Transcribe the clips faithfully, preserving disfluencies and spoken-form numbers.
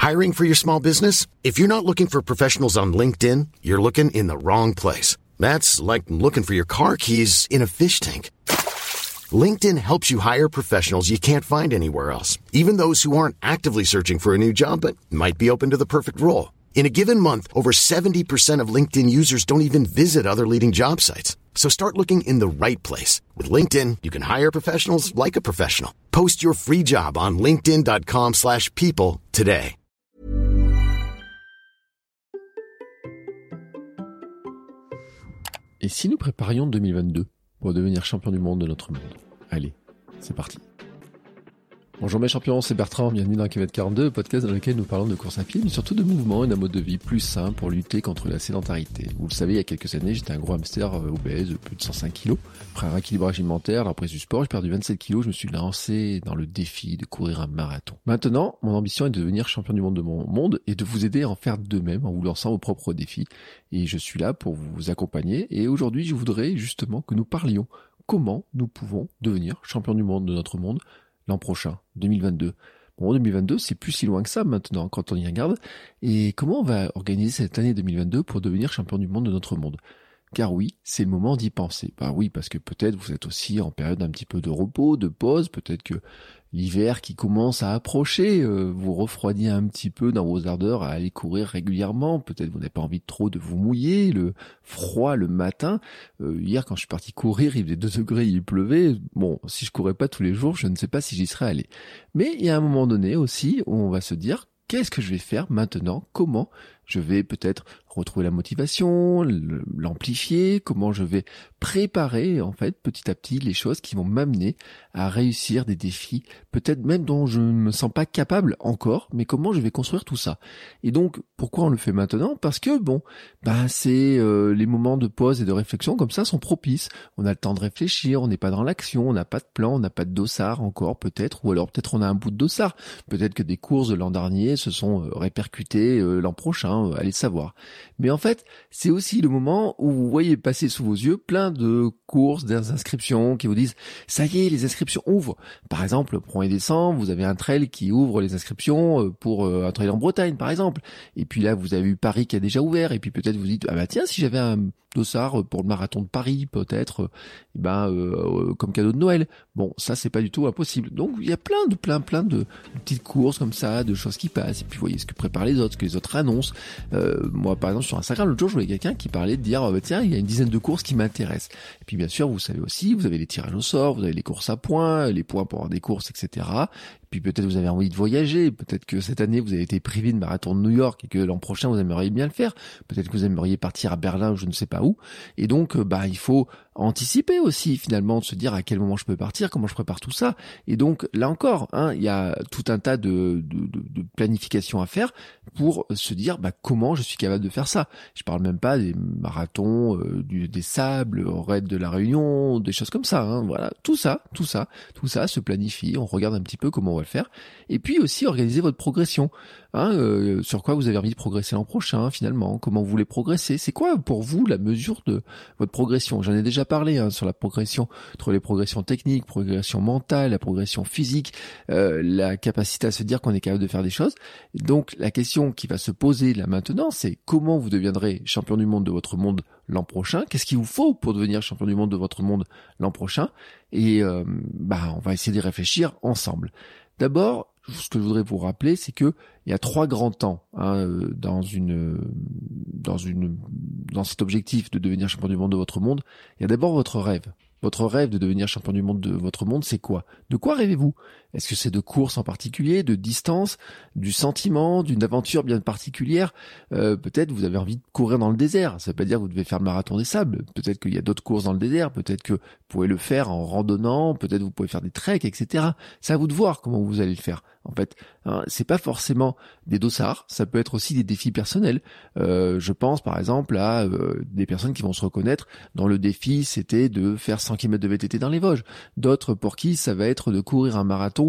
Hiring for your small business? If you're not looking for professionals on LinkedIn, you're looking in the wrong place. That's like looking for your car keys in a fish tank. LinkedIn helps you hire professionals you can't find anywhere else, even those who aren't actively searching for a new job but might be open to the perfect role. In a given month, over seventy percent of LinkedIn users don't even visit other leading job sites. So start looking in the right place. With LinkedIn, you can hire professionals like a professional. Post your free job on linkedin.com slash people today. Et si nous préparions deux mille vingt-deux pour devenir champion du monde de notre monde? Allez, c'est parti. Bonjour mes champions, c'est Bertrand, bienvenue dans kilomètre quarante-deux, le podcast dans lequel nous parlons de course à pied, mais surtout de mouvement et d'un mode de vie plus sain pour lutter contre la sédentarité. Vous le savez, il y a quelques années, j'étais un gros hamster euh, obèse de plus de cent cinq kilos. Après un rééquilibrage alimentaire, la reprise du sport, j'ai perdu vingt-sept kilos, je me suis lancé dans le défi de courir un marathon. Maintenant, mon ambition est de devenir champion du monde de mon monde et de vous aider à en faire de même en vous lançant vos propres défis. Et je suis là pour vous accompagner et aujourd'hui, je voudrais justement que nous parlions comment nous pouvons devenir champion du monde de notre monde l'an prochain, deux mille vingt-deux. Bon, deux mille vingt-deux, c'est plus si loin que ça maintenant quand on y regarde. Et comment on va organiser cette année deux mille vingt-deux pour devenir champion du monde de notre monde? Car oui, c'est le moment d'y penser. Bah oui, parce que peut-être vous êtes aussi en période un petit peu de repos, de pause, peut-être que l'hiver qui commence à approcher euh, vous refroidit un petit peu dans vos ardeurs à aller courir régulièrement. Peut-être vous n'avez pas envie de trop de vous mouiller, le froid le matin. Euh, hier, quand je suis parti courir, il faisait deux degrés, il pleuvait. Bon, si je courais pas tous les jours, je ne sais pas si j'y serais allé. Mais il y a un moment donné aussi où on va se dire, qu'est-ce que je vais faire maintenant? Comment je vais peut-être retrouver la motivation, l'amplifier, comment je vais préparer en fait petit à petit les choses qui vont m'amener à réussir des défis, peut-être même dont je ne me sens pas capable encore, mais comment je vais construire tout ça. Et donc pourquoi on le fait maintenant? Parce que bon, bah c'est euh, les moments de pause et de réflexion comme ça sont propices. On a le temps de réfléchir, on n'est pas dans l'action, on n'a pas de plan, on n'a pas de dossard encore peut-être, ou alors peut-être on a un bout de dossard. Peut-être que des courses de l'an dernier se sont euh, répercutées euh, l'an prochain, euh, allez savoir. Mais en fait, c'est aussi le moment où vous voyez passer sous vos yeux plein de courses, d'inscriptions qui vous disent « ça y est, les inscriptions ouvrent ». Par exemple, pour un décembre, vous avez un trail qui ouvre les inscriptions pour un trail en Bretagne, par exemple. Et puis là, vous avez eu Paris qui a déjà ouvert. Et puis peut-être vous dites « ah bah tiens, si j'avais un dossard pour le marathon de Paris, peut-être, eh ben euh, comme cadeau de Noël ». Bon, ça, c'est pas du tout impossible. Donc, il y a plein de, plein, plein de petites courses comme ça, de choses qui passent. Et puis, vous voyez ce que préparent les autres, ce que les autres annoncent. Euh, moi, par exemple, sur Instagram, l'autre jour, je voyais quelqu'un qui parlait de dire, bah, tiens, il y a une dizaine de courses qui m'intéressent. Et puis, bien sûr, vous savez aussi, vous avez les tirages au sort, vous avez les courses à points, les points pour avoir des courses, et cetera. Puis peut-être vous avez envie de voyager, peut-être que cette année vous avez été privé de marathon de New York et que l'an prochain vous aimeriez bien le faire, peut-être que vous aimeriez partir à Berlin ou je ne sais pas où, et donc bah il faut anticiper aussi finalement, de se dire à quel moment je peux partir, comment je prépare tout ça, et donc là encore, hein, il y a tout un tas de, de, de, de planification à faire pour se dire bah comment je suis capable de faire ça. Je parle même pas des marathons, euh, du, des sables, raid de la Réunion, des choses comme ça, hein, voilà, tout ça, tout ça, tout ça se planifie, on regarde un petit peu comment on va le faire, et puis aussi organiser votre progression, hein, euh, sur quoi vous avez envie de progresser l'an prochain finalement, comment vous voulez progresser, c'est quoi pour vous la mesure de votre progression. J'en ai déjà parlé hein, sur la progression, entre les progressions techniques, progression mentale, la progression physique, euh, la capacité à se dire qu'on est capable de faire des choses. Donc la question qui va se poser là maintenant, c'est comment vous deviendrez champion du monde de votre monde l'an prochain, qu'est-ce qu'il vous faut pour devenir champion du monde de votre monde l'an prochain, et euh, bah on va essayer d'y réfléchir ensemble. D'abord, ce que je voudrais vous rappeler, c'est que il y a trois grands temps hein, dans une, dans une, dans cet objectif de devenir champion du monde de votre monde. Il y a d'abord votre rêve. Votre rêve de devenir champion du monde de votre monde, c'est quoi? De quoi rêvez-vous? Est-ce que c'est de course en particulier, de distance, du sentiment, d'une aventure bien particulière? euh, Peut-être vous avez envie de courir dans le désert. Ça veut pas dire que vous devez faire le marathon des sables. Peut-être qu'il y a d'autres courses dans le désert. Peut-être que vous pouvez le faire en randonnant. Peut-être vous pouvez faire des treks, et cetera. C'est à vous de voir comment vous allez le faire. En fait, hein, c'est pas forcément des dossards. Ça peut être aussi des défis personnels. Euh, je pense par exemple à euh, des personnes qui vont se reconnaître dans le défi, c'était de faire cent kilomètres de V T T dans les Vosges. D'autres pour qui ça va être de courir un marathon marathon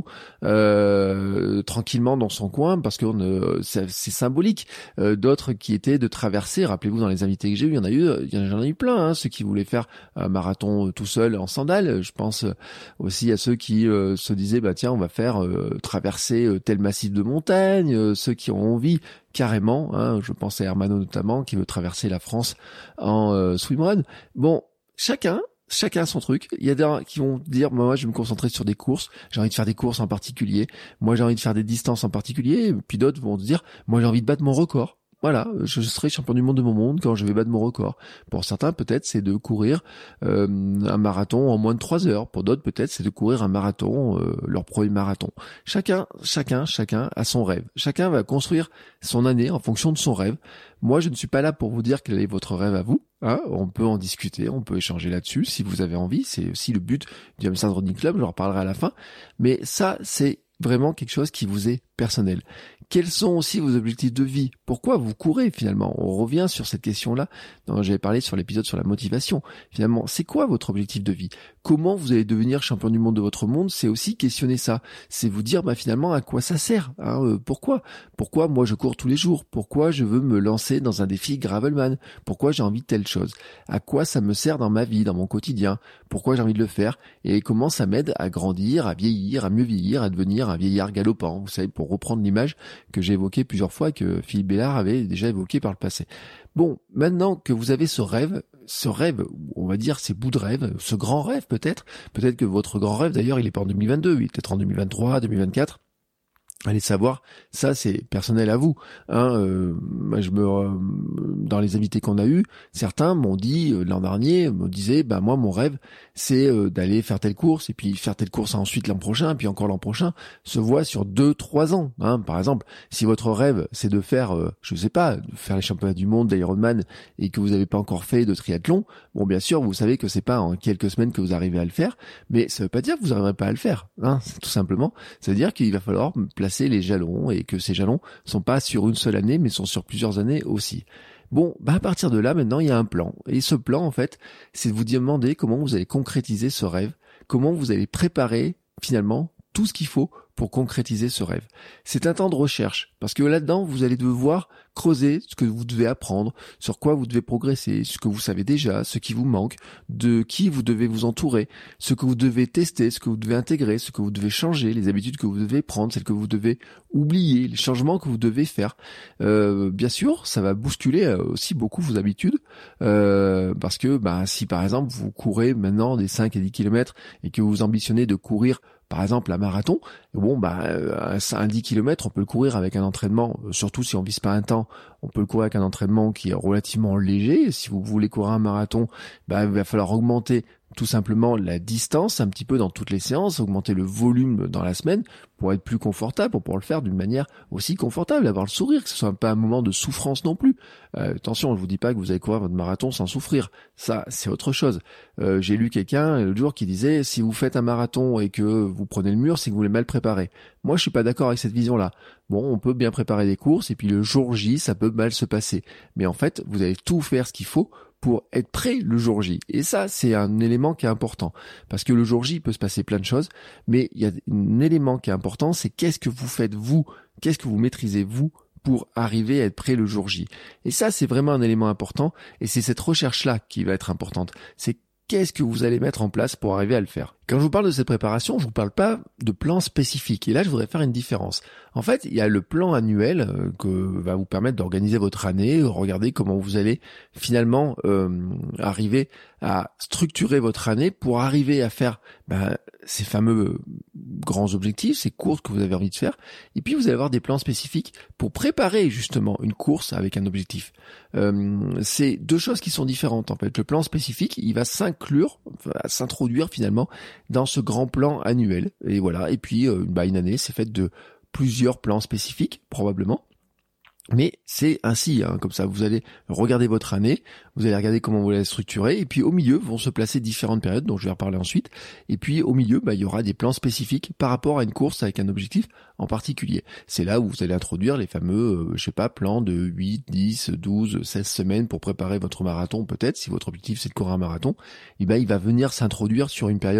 euh, tranquillement dans son coin parce que euh, c'est, c'est symbolique. Euh, d'autres qui étaient de traverser, rappelez-vous dans les invités que j'ai eu, il y en a eu, il y en a eu plein, hein, ceux qui voulaient faire un marathon tout seul en sandales. Je pense aussi à ceux qui euh, se disaient bah tiens on va faire euh, traverser euh, tel massif de montagne, euh, ceux qui ont envie carrément, hein, je pense à Hermano notamment qui veut traverser la France en euh, swimrun. Bon, chacun Chacun son truc. Il y a des qui vont dire moi je vais me concentrer sur des courses, j'ai envie de faire des courses en particulier, moi j'ai envie de faire des distances en particulier, et puis d'autres vont dire moi j'ai envie de battre mon record. Voilà, je serai champion du monde de mon monde quand je vais battre mon record. Pour certains, peut-être, c'est de courir euh, un marathon en moins de trois heures. Pour d'autres, peut-être, c'est de courir un marathon, euh, leur premier marathon. Chacun, chacun, chacun a son rêve. Chacun va construire son année en fonction de son rêve. Moi, je ne suis pas là pour vous dire quel est votre rêve à vous. Hein, on peut en discuter, on peut échanger là-dessus si vous avez envie. C'est aussi le but du Hamster Running Club, j'en reparlerai à la fin. Mais ça, c'est vraiment quelque chose qui vous est personnel. Quels sont aussi vos objectifs de vie? Pourquoi vous courez finalement? On revient sur cette question-là dont j'avais parlé sur l'épisode sur la motivation. Finalement, c'est quoi votre objectif de vie? Comment vous allez devenir champion du monde de votre monde? C'est aussi questionner ça. C'est vous dire bah finalement à quoi ça sert, hein, euh, Pourquoi Pourquoi moi je cours tous les jours? Pourquoi je veux me lancer dans un défi Gravelman? Pourquoi j'ai envie de telle chose? À quoi ça me sert dans ma vie, dans mon quotidien? Pourquoi j'ai envie de le faire? Et comment ça m'aide à grandir, à vieillir, à mieux vieillir, à devenir un vieillard galopant? Vous savez, pour reprendre l'image que j'ai évoquée plusieurs fois, que Philippe Bellard avait déjà évoqué par le passé. Bon, maintenant que vous avez ce rêve, ce rêve, on va dire ces bouts de rêve, ce grand rêve peut-être, peut-être que votre grand rêve d'ailleurs il est pas en deux mille vingt-deux, il est peut-être en deux mille vingt-trois, deux mille vingt-quatre. Allez savoir, ça c'est personnel à vous. Hein, euh, moi je me, euh, dans les invités qu'on a eus, certains m'ont dit euh, l'an dernier, me disaient, bah moi mon rêve c'est euh, d'aller faire telle course et puis faire telle course ensuite l'an prochain, et puis encore l'an prochain, se voit sur deux, trois ans. Hein, par exemple, si votre rêve c'est de faire, euh, je sais pas, de faire les championnats du monde d'Ironman et que vous n'avez pas encore fait de triathlon, bon bien sûr vous savez que c'est pas en quelques semaines que vous arrivez à le faire, mais ça veut pas dire que vous n'arriverez pas à le faire. Hein, tout simplement, ça veut dire qu'il va falloir placer les jalons et que ces jalons sont pas sur une seule année mais sont sur plusieurs années aussi. Bon, bah à partir de là maintenant il y a un plan et ce plan en fait c'est de vous demander comment vous allez concrétiser ce rêve, comment vous allez préparer finalement tout ce qu'il faut pour concrétiser ce rêve. C'est un temps de recherche parce que là-dedans vous allez devoir creuser ce que vous devez apprendre, sur quoi vous devez progresser, ce que vous savez déjà, ce qui vous manque, de qui vous devez vous entourer, ce que vous devez tester, ce que vous devez intégrer, ce que vous devez changer, les habitudes que vous devez prendre, celles que vous devez oublier, les changements que vous devez faire. Euh, bien sûr, ça va bousculer aussi beaucoup vos habitudes euh, parce que bah, si par exemple vous courez maintenant des cinq à dix kilomètres et que vous ambitionnez de courir par exemple un marathon, bon bah un dix kilomètres on peut le courir avec un entraînement, surtout si on vise pas un temps, on peut le courir avec un entraînement qui est relativement léger. Si vous voulez courir un marathon, bah il va falloir augmenter tout simplement la distance un petit peu dans toutes les séances, augmenter le volume dans la semaine pour être plus confortable, pour pouvoir le faire d'une manière aussi confortable, avoir le sourire, que ce soit pas un moment de souffrance non plus. Euh, attention, je vous dis pas que vous allez courir votre marathon sans souffrir, ça c'est autre chose. Euh, j'ai lu quelqu'un l'autre jour qui disait si vous faites un marathon et que vous prenez le mur, c'est que vous l'avez mal préparé. Moi je suis pas d'accord avec cette vision-là. Bon, on peut bien préparer des courses et puis le jour J, ça peut mal se passer. Mais en fait, vous allez tout faire ce qu'il faut pour être prêt le jour J. Et ça, c'est un élément qui est important. Parce que le jour J, il peut se passer plein de choses, mais il y a un élément qui est important, c'est qu'est-ce que vous faites vous, qu'est-ce que vous maîtrisez vous pour arriver à être prêt le jour J. Et ça, c'est vraiment un élément important, et c'est cette recherche-là qui va être importante. C'est qu'est-ce que vous allez mettre en place pour arriver à le faire. Quand je vous parle de cette préparation, je vous parle pas de plan spécifique. Et là, je voudrais faire une différence. En fait, il y a le plan annuel euh, que va vous permettre d'organiser votre année, regarder comment vous allez finalement euh, arriver à structurer votre année pour arriver à faire ben, ces fameux grands objectifs, ces courses que vous avez envie de faire. Et puis, vous allez avoir des plans spécifiques pour préparer justement une course avec un objectif. Euh, c'est deux choses qui sont différentes en fait. Le plan spécifique, il va s'inclure, va s'introduire finalement dans ce grand plan annuel. Et voilà. Et puis, euh, bah, une année, c'est faite de plusieurs plans spécifiques, probablement. Mais c'est ainsi, hein, comme ça, vous allez regarder votre année, vous allez regarder comment vous allez structurer, et puis au milieu vont se placer différentes périodes, dont je vais reparler ensuite, et puis au milieu, bah, il y aura des plans spécifiques par rapport à une course avec un objectif en particulier. C'est là où vous allez introduire les fameux, euh, je sais pas, plans de huit, dix, douze, seize semaines pour préparer votre marathon, peut-être, si votre objectif c'est de courir un marathon, et ben il va venir s'introduire sur une période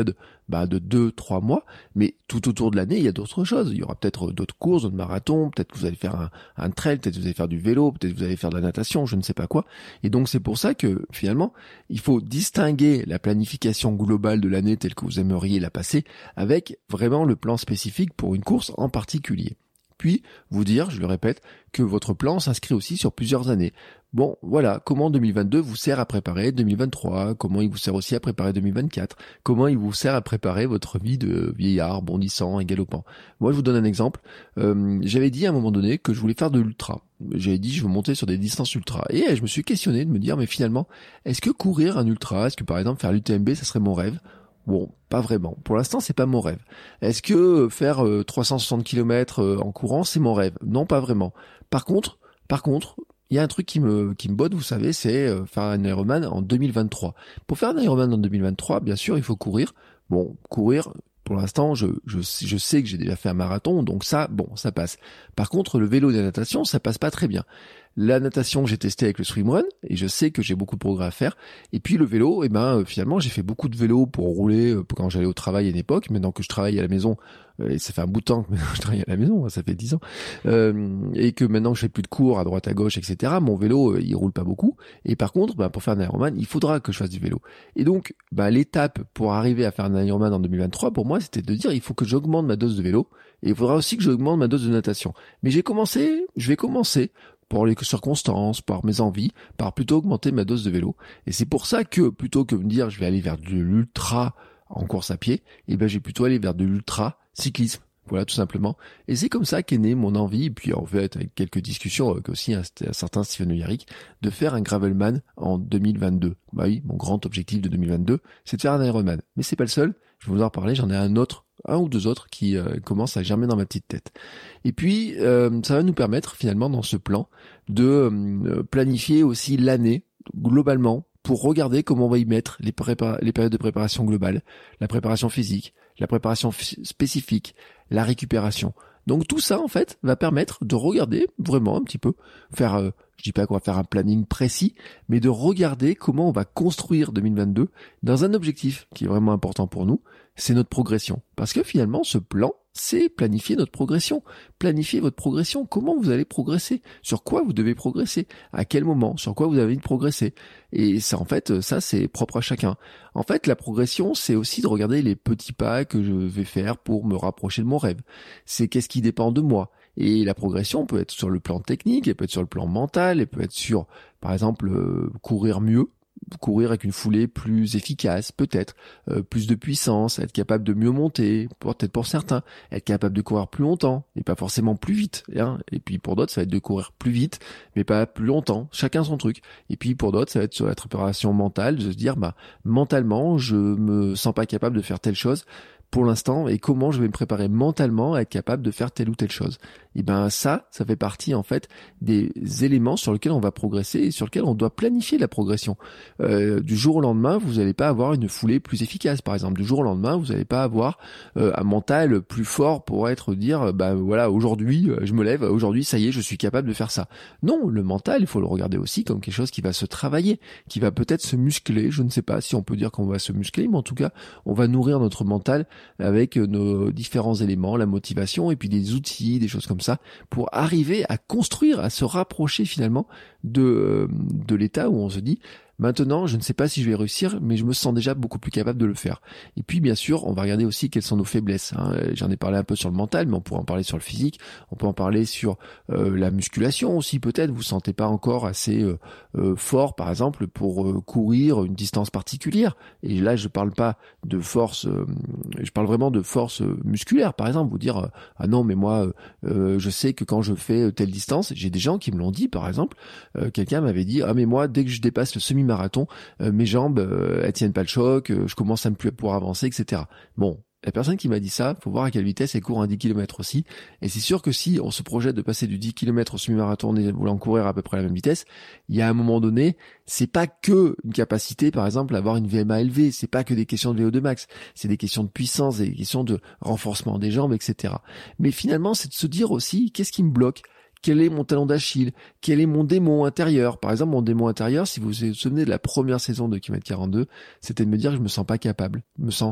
bah, de deux, trois mois, mais tout autour de l'année, il y a d'autres choses. Il y aura peut-être d'autres courses, d'autres marathons, peut-être que vous allez faire un, un trail, peut-être que vous allez faire du vélo, peut-être que vous allez faire de la natation, je ne sais pas quoi. Et donc, c'est pour ça que, finalement, il faut distinguer la planification globale de l'année telle que vous aimeriez la passer avec vraiment le plan spécifique pour une course en particulier. Puis, vous dire, je le répète, que votre plan s'inscrit aussi sur plusieurs années. Bon, voilà, comment deux mille vingt-deux vous sert à préparer deux mille vingt-trois, comment il vous sert aussi à préparer deux mille vingt-quatre, comment il vous sert à préparer votre vie de vieillard, bondissant et galopant. Moi, je vous donne un exemple. Euh, j'avais dit à un moment donné que je voulais faire de l'ultra. J'avais dit, je veux monter sur des distances ultra. Et je me suis questionné de me dire, mais finalement, est-ce que courir un ultra, est-ce que par exemple faire l'U T M B, ça serait mon rêve ? Bon, pas vraiment. Pour l'instant, c'est pas mon rêve. Est-ce que faire euh, trois cent soixante kilomètres euh, en courant, c'est mon rêve ? Non, pas vraiment. Par contre, par contre, il y a un truc qui me qui me botte, vous savez, c'est euh, faire un Ironman en deux mille vingt-trois. Pour faire un Ironman en deux mille vingt-trois, bien sûr, il faut courir. Bon, courir, pour l'instant, je je je sais que j'ai déjà fait un marathon, donc ça, bon, ça passe. Par contre, le vélo et la natation, ça passe pas très bien. La natation, j'ai testé avec le swimrun et je sais que j'ai beaucoup de progrès à faire. Et puis le vélo, eh ben euh, finalement, j'ai fait beaucoup de vélo pour rouler euh, quand j'allais au travail à une époque. Maintenant que je travaille à la maison, euh, et ça fait un bout de temps que je travaille à la maison, ça fait dix ans, euh, et que maintenant je fais plus de cours à droite à gauche, et cetera. Mon vélo, euh, il roule pas beaucoup. Et par contre, ben, pour faire un Ironman, il faudra que je fasse du vélo. Et donc, ben, l'étape pour arriver à faire un Ironman en deux mille vingt-trois, pour moi, c'était de dire il faut que j'augmente ma dose de vélo et il faudra aussi que j'augmente ma dose de natation. Mais j'ai commencé, je vais commencer. Pour les circonstances, par mes envies, par plutôt augmenter ma dose de vélo. Et c'est pour ça que, plutôt que de me dire je vais aller vers de l'ultra en course à pied, eh ben, j'ai plutôt aller vers de l'ultra cyclisme. Voilà, tout simplement. Et c'est comme ça qu'est née mon envie, et puis en fait, avec quelques discussions avec aussi un, un certain Steven Oyaric, de faire un Gravelman en deux mille vingt-deux. Bah oui, mon grand objectif de deux mille vingt-deux, c'est de faire un Ironman. Mais c'est pas le seul, je vais vous en reparler, j'en ai un autre, un ou deux autres qui euh, commencent à germer dans ma petite tête. Et puis, euh, ça va nous permettre finalement dans ce plan de euh, planifier aussi l'année globalement pour regarder comment on va y mettre les, prépa- les périodes de préparation globale, la préparation physique, la préparation f- spécifique, la récupération. Donc tout ça en fait va permettre de regarder vraiment un petit peu, faire, euh, je dis pas qu'on va faire un planning précis, mais de regarder comment on va construire deux mille vingt-deux dans un objectif qui est vraiment important pour nous, c'est notre progression. Parce que finalement ce plan, c'est planifier notre progression. Planifier votre progression. Comment vous allez progresser? Sur quoi vous devez progresser? À quel moment? Sur quoi vous avez envie de progresser? Et ça, en fait, ça, c'est propre à chacun. En fait, la progression, c'est aussi de regarder les petits pas que je vais faire pour me rapprocher de mon rêve. C'est qu'est-ce qui dépend de moi. Et la progression peut être sur le plan technique, elle peut être sur le plan mental, elle peut être sur, par exemple, euh, courir mieux. Courir avec une foulée plus efficace, peut-être, euh, plus de puissance, être capable de mieux monter, peut-être pour certains, être capable de courir plus longtemps, et pas forcément plus vite, hein. Et puis pour d'autres, ça va être de courir plus vite, mais pas plus longtemps, chacun son truc. Et puis pour d'autres, ça va être sur la préparation mentale, de se dire, bah, mentalement, je me sens pas capable de faire telle chose pour l'instant, et comment je vais me préparer mentalement à être capable de faire telle ou telle chose. Et ben ça, ça fait partie en fait des éléments sur lesquels on va progresser et sur lesquels on doit planifier la progression. Euh, du jour au lendemain, vous n'allez pas avoir une foulée plus efficace, par exemple. Du jour au lendemain, vous n'allez pas avoir euh, un mental plus fort pour être dire, bah voilà, aujourd'hui, je me lève, aujourd'hui, ça y est, je suis capable de faire ça. Non, le mental, il faut le regarder aussi comme quelque chose qui va se travailler, qui va peut-être se muscler. Je ne sais pas si on peut dire qu'on va se muscler, mais en tout cas, on va nourrir notre mental avec nos différents éléments, la motivation et puis des outils, des choses comme ça, pour arriver à construire, à se rapprocher finalement de, de l'état où on se dit maintenant, je ne sais pas si je vais réussir, mais je me sens déjà beaucoup plus capable de le faire. Et puis, bien sûr, on va regarder aussi quelles sont nos faiblesses, hein. J'en ai parlé un peu sur le mental, mais on pourrait en parler sur le physique. On peut en parler sur euh, la musculation aussi, peut-être. Vous ne sentez pas encore assez euh, euh, fort, par exemple, pour euh, courir une distance particulière. Et là, je parle pas de force, euh, je parle vraiment de force musculaire, par exemple. Vous dire, euh, ah non, mais moi, euh, je sais que quand je fais telle distance, j'ai des gens qui me l'ont dit, par exemple. Euh, quelqu'un m'avait dit, ah mais moi, dès que je dépasse le semi marathon, euh, mes jambes euh, elles tiennent pas le choc, euh, je commence à ne plus pouvoir avancer, et cetera. Bon, la personne qui m'a dit ça, faut voir à quelle vitesse elle court un dix kilomètres aussi. Et c'est sûr que si on se projette de passer du dix kilomètres au semi-marathon en voulant courir à peu près à la même vitesse, il y a un moment donné, c'est pas que une capacité, par exemple, à avoir une V M A élevée, c'est pas que des questions de V O deux max, c'est des questions de puissance, des questions de renforcement des jambes, et cetera. Mais finalement, c'est de se dire aussi, qu'est-ce qui me bloque? Quel est mon talon d'Achille? Quel est mon démon intérieur? Par exemple, mon démon intérieur, si vous vous souvenez de la première saison de kilomètre quarante-deux, c'était de me dire que je me sens pas capable. Je me sens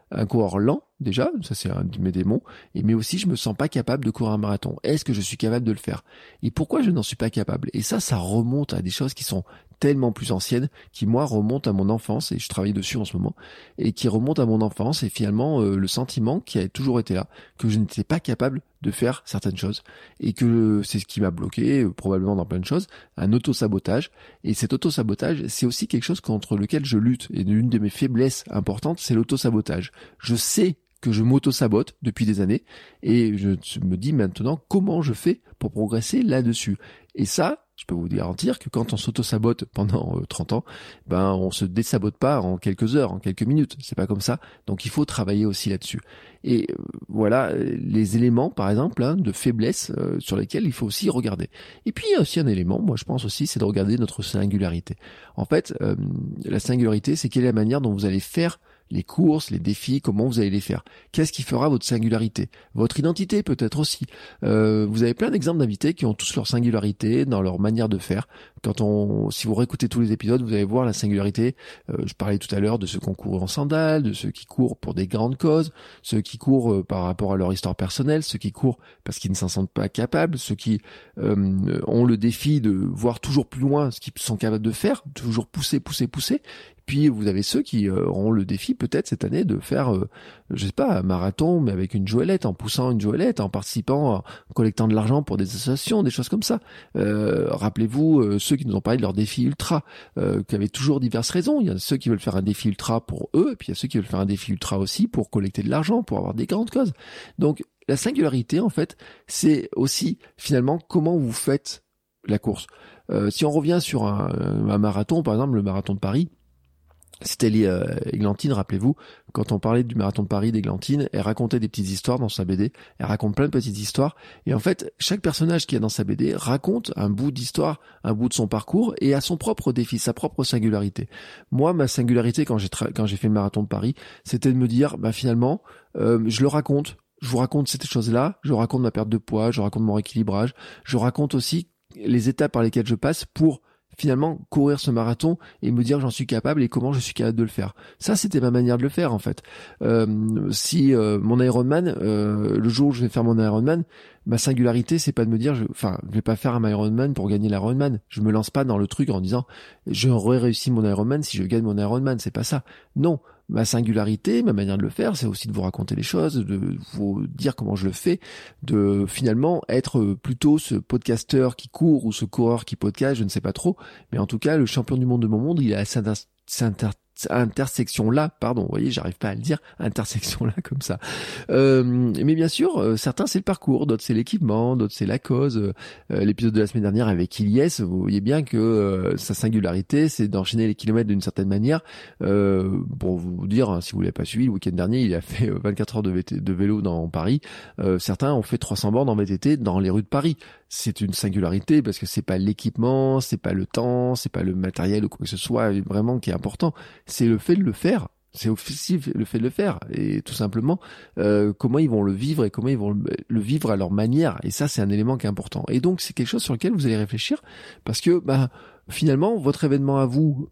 un coureur lent, déjà, ça c'est un de mes démons, et mais aussi je me sens pas capable de courir un marathon. Est-ce que je suis capable de le faire? Et pourquoi je n'en suis pas capable? Et ça, ça remonte à des choses qui sont tellement plus anciennes, qui moi remontent à mon enfance, et je travaille dessus en ce moment, et qui remontent à mon enfance, et finalement euh, le sentiment qui a toujours été là, que je n'étais pas capable de faire certaines choses, et que c'est ce qui m'a bloqué, euh, probablement dans plein de choses, un auto-sabotage, et cet auto-sabotage, c'est aussi quelque chose contre lequel je lutte, et l'une de mes faiblesses importantes, c'est l'auto-sabotage. Je sais que je m'auto-sabote depuis des années, et je me dis maintenant comment je fais pour progresser là-dessus. Et ça, je peux vous garantir que quand on s'auto-sabote pendant euh, trente ans, ben on se désabote pas en quelques heures, en quelques minutes. C'est pas comme ça. Donc il faut travailler aussi là-dessus. Et euh, voilà les éléments, par exemple, hein, de faiblesse euh, sur lesquels il faut aussi regarder. Et puis il y a aussi un élément, moi je pense aussi, c'est de regarder notre singularité. En fait, euh, la singularité, c'est quelle est la manière dont vous allez faire les courses, les défis, comment vous allez les faire. Qu'est-ce qui fera votre singularité? Votre identité peut-être aussi. Euh, vous avez plein d'exemples d'invités qui ont tous leur singularité dans leur manière de faire. Quand on, si vous réécoutez tous les épisodes, vous allez voir la singularité. Euh, je parlais tout à l'heure de ceux qui ont couru en sandales, de ceux qui courent pour des grandes causes, ceux qui courent euh, par rapport à leur histoire personnelle, ceux qui courent parce qu'ils ne s'en sentent pas capables, ceux qui euh, ont le défi de voir toujours plus loin ce qu'ils sont capables de faire, toujours pousser, pousser, pousser. Puis vous avez ceux qui euh, auront le défi peut-être cette année de faire, euh, je sais pas, un marathon mais avec une joëlette, en poussant une joëlette, en participant, en collectant de l'argent pour des associations, des choses comme ça. Euh, rappelez-vous euh, ceux qui nous ont parlé de leur défi ultra, euh, qui avaient toujours diverses raisons. Il y a ceux qui veulent faire un défi ultra pour eux, et puis il y a ceux qui veulent faire un défi ultra aussi pour collecter de l'argent, pour avoir des grandes causes. Donc la singularité en fait, c'est aussi finalement comment vous faites la course. Euh, si on revient sur un, un marathon, par exemple le marathon de Paris, c'était euh, Églantine, rappelez-vous, quand on parlait du marathon de Paris d'Églantine, elle racontait des petites histoires dans sa B D, elle raconte plein de petites histoires, et en fait, chaque personnage qui est dans sa B D raconte un bout d'histoire, un bout de son parcours, et a son propre défi, sa propre singularité. Moi, ma singularité, quand j'ai tra- quand j'ai fait le marathon de Paris, c'était de me dire, bah finalement, euh, je le raconte, je vous raconte ces choses-là, je raconte ma perte de poids, je raconte mon rééquilibrage, je raconte aussi les étapes par lesquelles je passe pour finalement courir ce marathon et me dire que j'en suis capable et comment je suis capable de le faire. Ça, c'était ma manière de le faire en fait. Euh, si euh, mon Ironman, euh, le jour où je vais faire mon Ironman, ma singularité, c'est pas de me dire, je, enfin, je vais pas faire un Ironman pour gagner l'Ironman. Je me lance pas dans le truc en disant, j'aurais réussi mon Ironman si je gagne mon Ironman. C'est pas ça. Non. Ma singularité, ma manière de le faire, c'est aussi de vous raconter les choses, de vous dire comment je le fais, de finalement être plutôt ce podcasteur qui court ou ce coureur qui podcast, je ne sais pas trop, mais en tout cas, le champion du monde de mon monde, il est à cette inter- intersection-là, pardon, vous voyez, j'arrive pas à le dire, intersection-là comme ça. Euh, mais bien sûr, euh, certains c'est le parcours, d'autres c'est l'équipement, d'autres c'est la cause. Euh, l'épisode de la semaine dernière avec Ilyes, vous voyez bien que euh, sa singularité, c'est d'enchaîner les kilomètres d'une certaine manière. Euh, pour vous dire, hein, si vous l'avez pas suivi, le week-end dernier, il a fait vingt-quatre heures de, V T, de vélo dans Paris. Euh, certains ont fait trois cents bornes en V T T dans les rues de Paris. C'est une singularité parce que c'est pas l'équipement, c'est pas le temps, c'est pas le matériel ou quoi que ce soit vraiment qui est important. C'est le fait de le faire. C'est aussi le fait de le faire. Et tout simplement, euh, comment ils vont le vivre et comment ils vont le, le vivre à leur manière. Et ça, c'est un élément qui est important. Et donc, c'est quelque chose sur lequel vous allez réfléchir parce que, bah, finalement, votre événement à vous,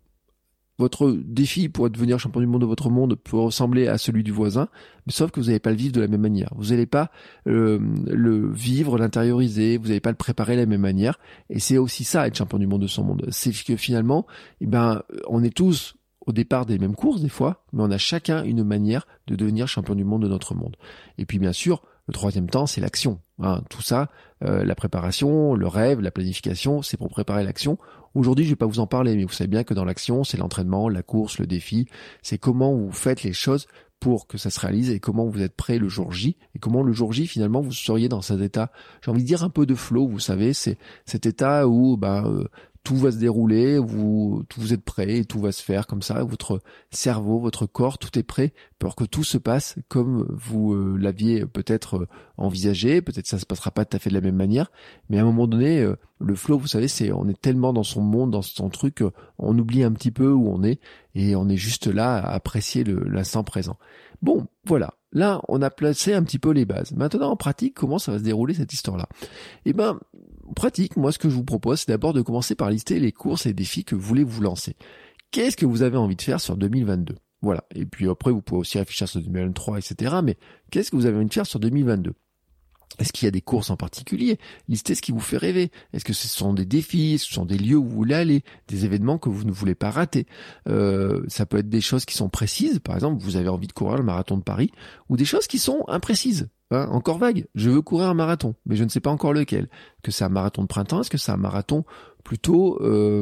votre défi pour devenir champion du monde de votre monde peut ressembler à celui du voisin, mais sauf que vous n'allez pas le vivre de la même manière. Vous n'allez pas euh, le vivre, l'intérioriser, vous n'allez pas le préparer de la même manière. Et c'est aussi ça, être champion du monde de son monde. C'est que finalement, eh ben, on est tous au départ des mêmes courses des fois, mais on a chacun une manière de devenir champion du monde de notre monde. Et puis bien sûr, le troisième temps, c'est l'action. Hein, tout ça, euh, la préparation, le rêve, la planification, c'est pour préparer l'action. Aujourd'hui, je vais pas vous en parler, mais vous savez bien que dans l'action, c'est l'entraînement, la course, le défi. C'est comment vous faites les choses pour que ça se réalise et comment vous êtes prêt le jour J et comment le jour J, finalement, vous seriez dans cet état, j'ai envie de dire un peu de flow, vous savez, c'est cet état où bah, euh, tout va se dérouler, vous, vous êtes prêt et tout va se faire comme ça, votre cerveau, votre corps, tout est prêt pour que tout se passe comme vous euh, l'aviez peut-être euh, envisagé, peut-être ça se passera pas tout à fait de la même manière, mais à un moment donné, euh, le flow, vous savez, c'est on est tellement dans son monde, dans son truc, euh, on oublie un petit peu où on est et on est juste là à apprécier le, l'instant présent. Bon, voilà. Là, on a placé un petit peu les bases. Maintenant, en pratique, comment ça va se dérouler cette histoire-là? Eh ben, en pratique, moi, ce que je vous propose, c'est d'abord de commencer par lister les courses et les défis que vous voulez vous lancer. Qu'est-ce que vous avez envie de faire sur deux mille vingt-deux? Voilà. Et puis après, vous pouvez aussi réfléchir sur deux mille vingt-trois, et cetera. Mais qu'est-ce que vous avez envie de faire sur deux mille vingt-deux ? Est-ce qu'il y a des courses en particulier ? Listez ce qui vous fait rêver. Est-ce que ce sont des défis ? Est-ce que ce sont des lieux où vous voulez aller ? Des événements que vous ne voulez pas rater ? euh, Ça peut être des choses qui sont précises. Par exemple, vous avez envie de courir le marathon de Paris, ou des choses qui sont imprécises. Hein, encore vague. Je veux courir un marathon, mais je ne sais pas encore lequel. Est-ce que c'est un marathon de printemps ? Est-ce que c'est un marathon plutôt euh,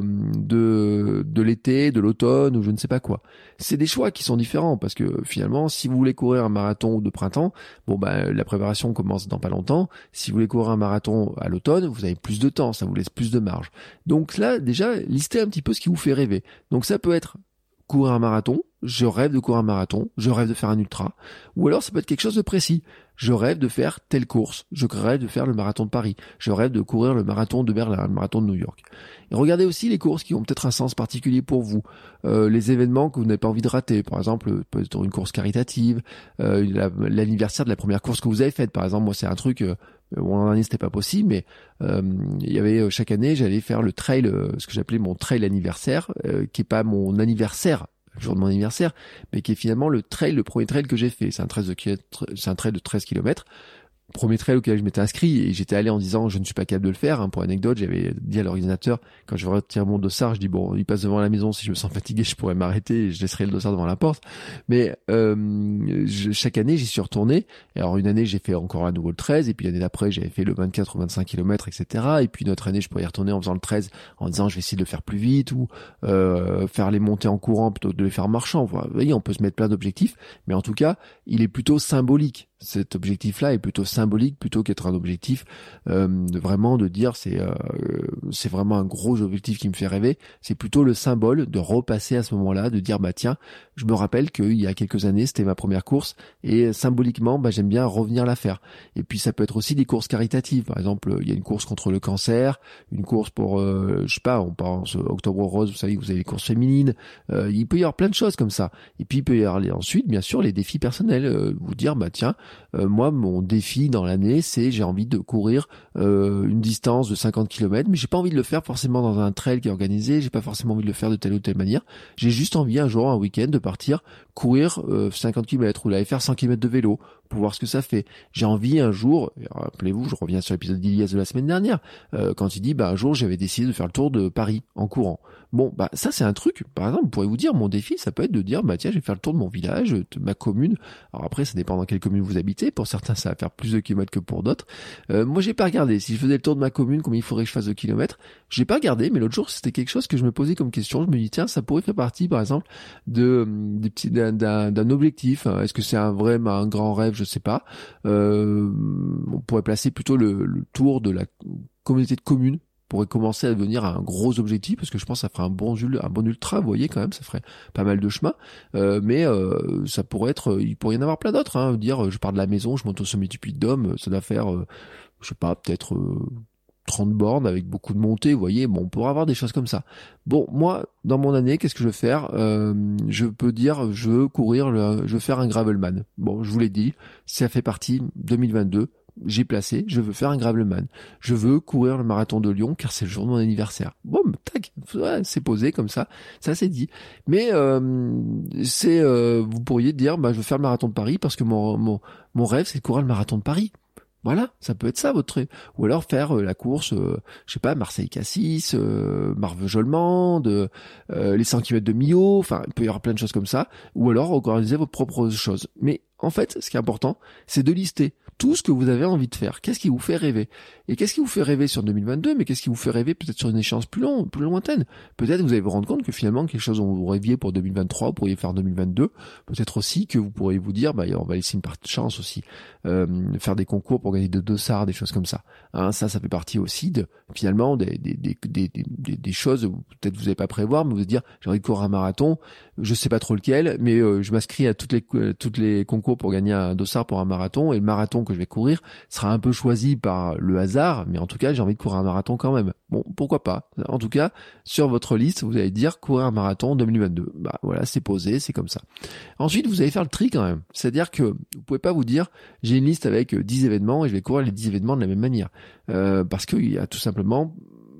de de l'été, de l'automne, ou je ne sais pas quoi. C'est des choix qui sont différents, parce que finalement, si vous voulez courir un marathon de printemps, bon ben la préparation commence dans pas longtemps. Si vous voulez courir un marathon à l'automne, vous avez plus de temps, ça vous laisse plus de marge. Donc là, déjà, listez un petit peu ce qui vous fait rêver. Donc ça peut être courir un marathon, je rêve de courir un marathon, je rêve de faire un ultra, ou alors ça peut être quelque chose de précis. Je rêve de faire telle course, je rêve de faire le marathon de Paris, je rêve de courir le marathon de Berlin, le marathon de New York. Et regardez aussi les courses qui ont peut-être un sens particulier pour vous, euh, les événements que vous n'avez pas envie de rater, par exemple peut-être une course caritative, euh, la, l'anniversaire de la première course que vous avez faite, par exemple. Moi c'est un truc, euh, bon, l'an dernier c'était pas possible, mais euh, il y avait chaque année j'allais faire le trail, euh, ce que j'appelais mon trail anniversaire, euh, qui est pas mon anniversaire, le jour de mon anniversaire, mais qui est finalement le trail, le premier trail que j'ai fait. C'est un trail de, c'est un trail de treize kilomètres. Premier trail auquel je m'étais inscrit, et j'étais allé en disant je ne suis pas capable de le faire. Hein. Pour anecdote, j'avais dit à l'organisateur, quand je retire mon dossard, je dis bon, il passe devant la maison, si je me sens fatigué, je pourrais m'arrêter et je laisserai le dossard devant la porte. Mais euh, je, chaque année, j'y suis retourné. Et alors une année, j'ai fait encore à nouveau le treize, et puis l'année d'après, j'avais fait le vingt-quatre ou vingt-cinq kilomètres, et cetera. Et puis une autre année, je pourrais y retourner en faisant le treize, en disant je vais essayer de le faire plus vite, ou euh, faire les montées en courant plutôt que de les faire en marchant. Enfin, vous voyez, on peut se mettre plein d'objectifs, mais en tout cas, il est plutôt symbolique. Cet objectif-là est plutôt symbolique plutôt qu'être un objectif euh, de vraiment de dire c'est euh, c'est vraiment un gros objectif qui me fait rêver. C'est plutôt le symbole de repasser à ce moment-là, de dire bah tiens, je me rappelle qu'il y a quelques années c'était ma première course, et symboliquement bah j'aime bien revenir la faire. Et puis ça peut être aussi des courses caritatives. Par exemple, il y a une course contre le cancer, une course pour euh, je sais pas, on pense Octobre Rose, vous savez que vous avez les courses féminines. Euh, il peut y avoir plein de choses comme ça. Et puis il peut y avoir ensuite bien sûr les défis personnels. Euh, vous dire bah tiens, Euh, moi, mon défi dans l'année, c'est j'ai envie de courir euh, une distance de cinquante kilomètres, mais j'ai pas envie de le faire forcément dans un trail qui est organisé, j'ai pas forcément envie de le faire de telle ou telle manière. J'ai juste envie un jour, un week-end, de partir courir euh, cinquante kilomètres ou d'aller faire cent kilomètres de vélo pour voir ce que ça fait. J'ai envie un jour, rappelez-vous, je reviens sur l'épisode d'Ilias de la semaine dernière, euh, quand il dit, bah un jour j'avais décidé de faire le tour de Paris en courant. Bon, bah ça c'est un truc, par exemple, vous pourrez vous dire, mon défi, ça peut être de dire, bah tiens, je vais faire le tour de mon village, de ma commune. Alors après, ça dépend dans quelle commune vous habitez, pour certains ça va faire plus de kilomètres que pour d'autres. Euh, moi j'ai pas regardé, si je faisais le tour de ma commune, combien il faudrait que je fasse de kilomètres, j'ai pas regardé, mais l'autre jour c'était quelque chose que je me posais comme question, je me dis, tiens, ça pourrait faire partie, par exemple, de, des petits, d'un, d'un, d'un objectif. Est-ce que c'est un vrai, un grand rêve, je sais pas. Euh, on pourrait placer plutôt le, le tour de la communauté de communes, pourrait commencer à devenir un gros objectif, parce que je pense que ça ferait un bon un bon ultra, vous voyez, quand même, ça ferait pas mal de chemin. Euh, mais euh, ça pourrait être, il pourrait y en avoir plein d'autres. Hein, dire, je pars de la maison, je monte au sommet du Puy de Dôme, ça doit faire, euh, je sais pas, peut-être euh, trente bornes avec beaucoup de montées, vous voyez. Bon, on pourra avoir des choses comme ça. Bon, moi, dans mon année, qu'est-ce que je veux faire ? euh, Je peux dire, je veux courir, le, je veux faire un gravelman. Bon, je vous l'ai dit, ça fait partie deux mille vingt-deux. J'ai placé, je veux faire un gravelman. Je veux courir le marathon de Lyon car c'est le jour de mon anniversaire. Bon, tac, ouais, c'est posé comme ça, ça c'est dit. Mais euh, c'est, euh, vous pourriez dire, bah je veux faire le marathon de Paris parce que mon mon mon rêve c'est de courir le marathon de Paris. Voilà, ça peut être ça votre trait. Ou alors faire euh, la course, euh, je sais pas, Marseille-Cassis, euh, Marvejols-Mende, euh, les cent kilomètres de Millau, enfin, il peut y avoir plein de choses comme ça. Ou alors organiser vos propres choses. Mais en fait, ce qui est important, c'est de lister tout ce que vous avez envie de faire. Qu'est-ce qui vous fait rêver ? Et qu'est-ce qui vous fait rêver sur deux mille vingt-deux, mais qu'est-ce qui vous fait rêver peut-être sur une échéance plus longue, plus lointaine ? Peut-être vous allez vous rendre compte que finalement, quelque chose dont vous rêviez pour deux mille vingt-trois, vous pourriez faire deux mille vingt-deux. Peut-être aussi que vous pourriez vous dire, bah, on va laisser une partie de chance aussi. Euh, faire des concours pour gagner de dossards, des choses comme ça. Hein, ça, ça fait partie aussi de, finalement, des, des, des, des, des, des choses où peut-être vous n'avez pas prévoir, mais vous vous dire, j'ai envie de courir un marathon, je sais pas trop lequel, mais euh, je m'inscris à toutes les, euh, toutes les concours pour gagner un dossard pour un marathon, et le marathon que je vais courir sera un peu choisi par le hasard, mais en tout cas, j'ai envie de courir un marathon quand même. Bon, pourquoi pas. En tout cas, sur votre liste, vous allez dire courir un marathon deux mille vingt-deux. Bah voilà, c'est posé, c'est comme ça. Ensuite, vous allez faire le tri quand même. C'est-à-dire que vous pouvez pas vous dire, j'ai une liste avec dix événements et je vais courir les dix événements de la même manière. Euh, parce qu'il y a tout simplement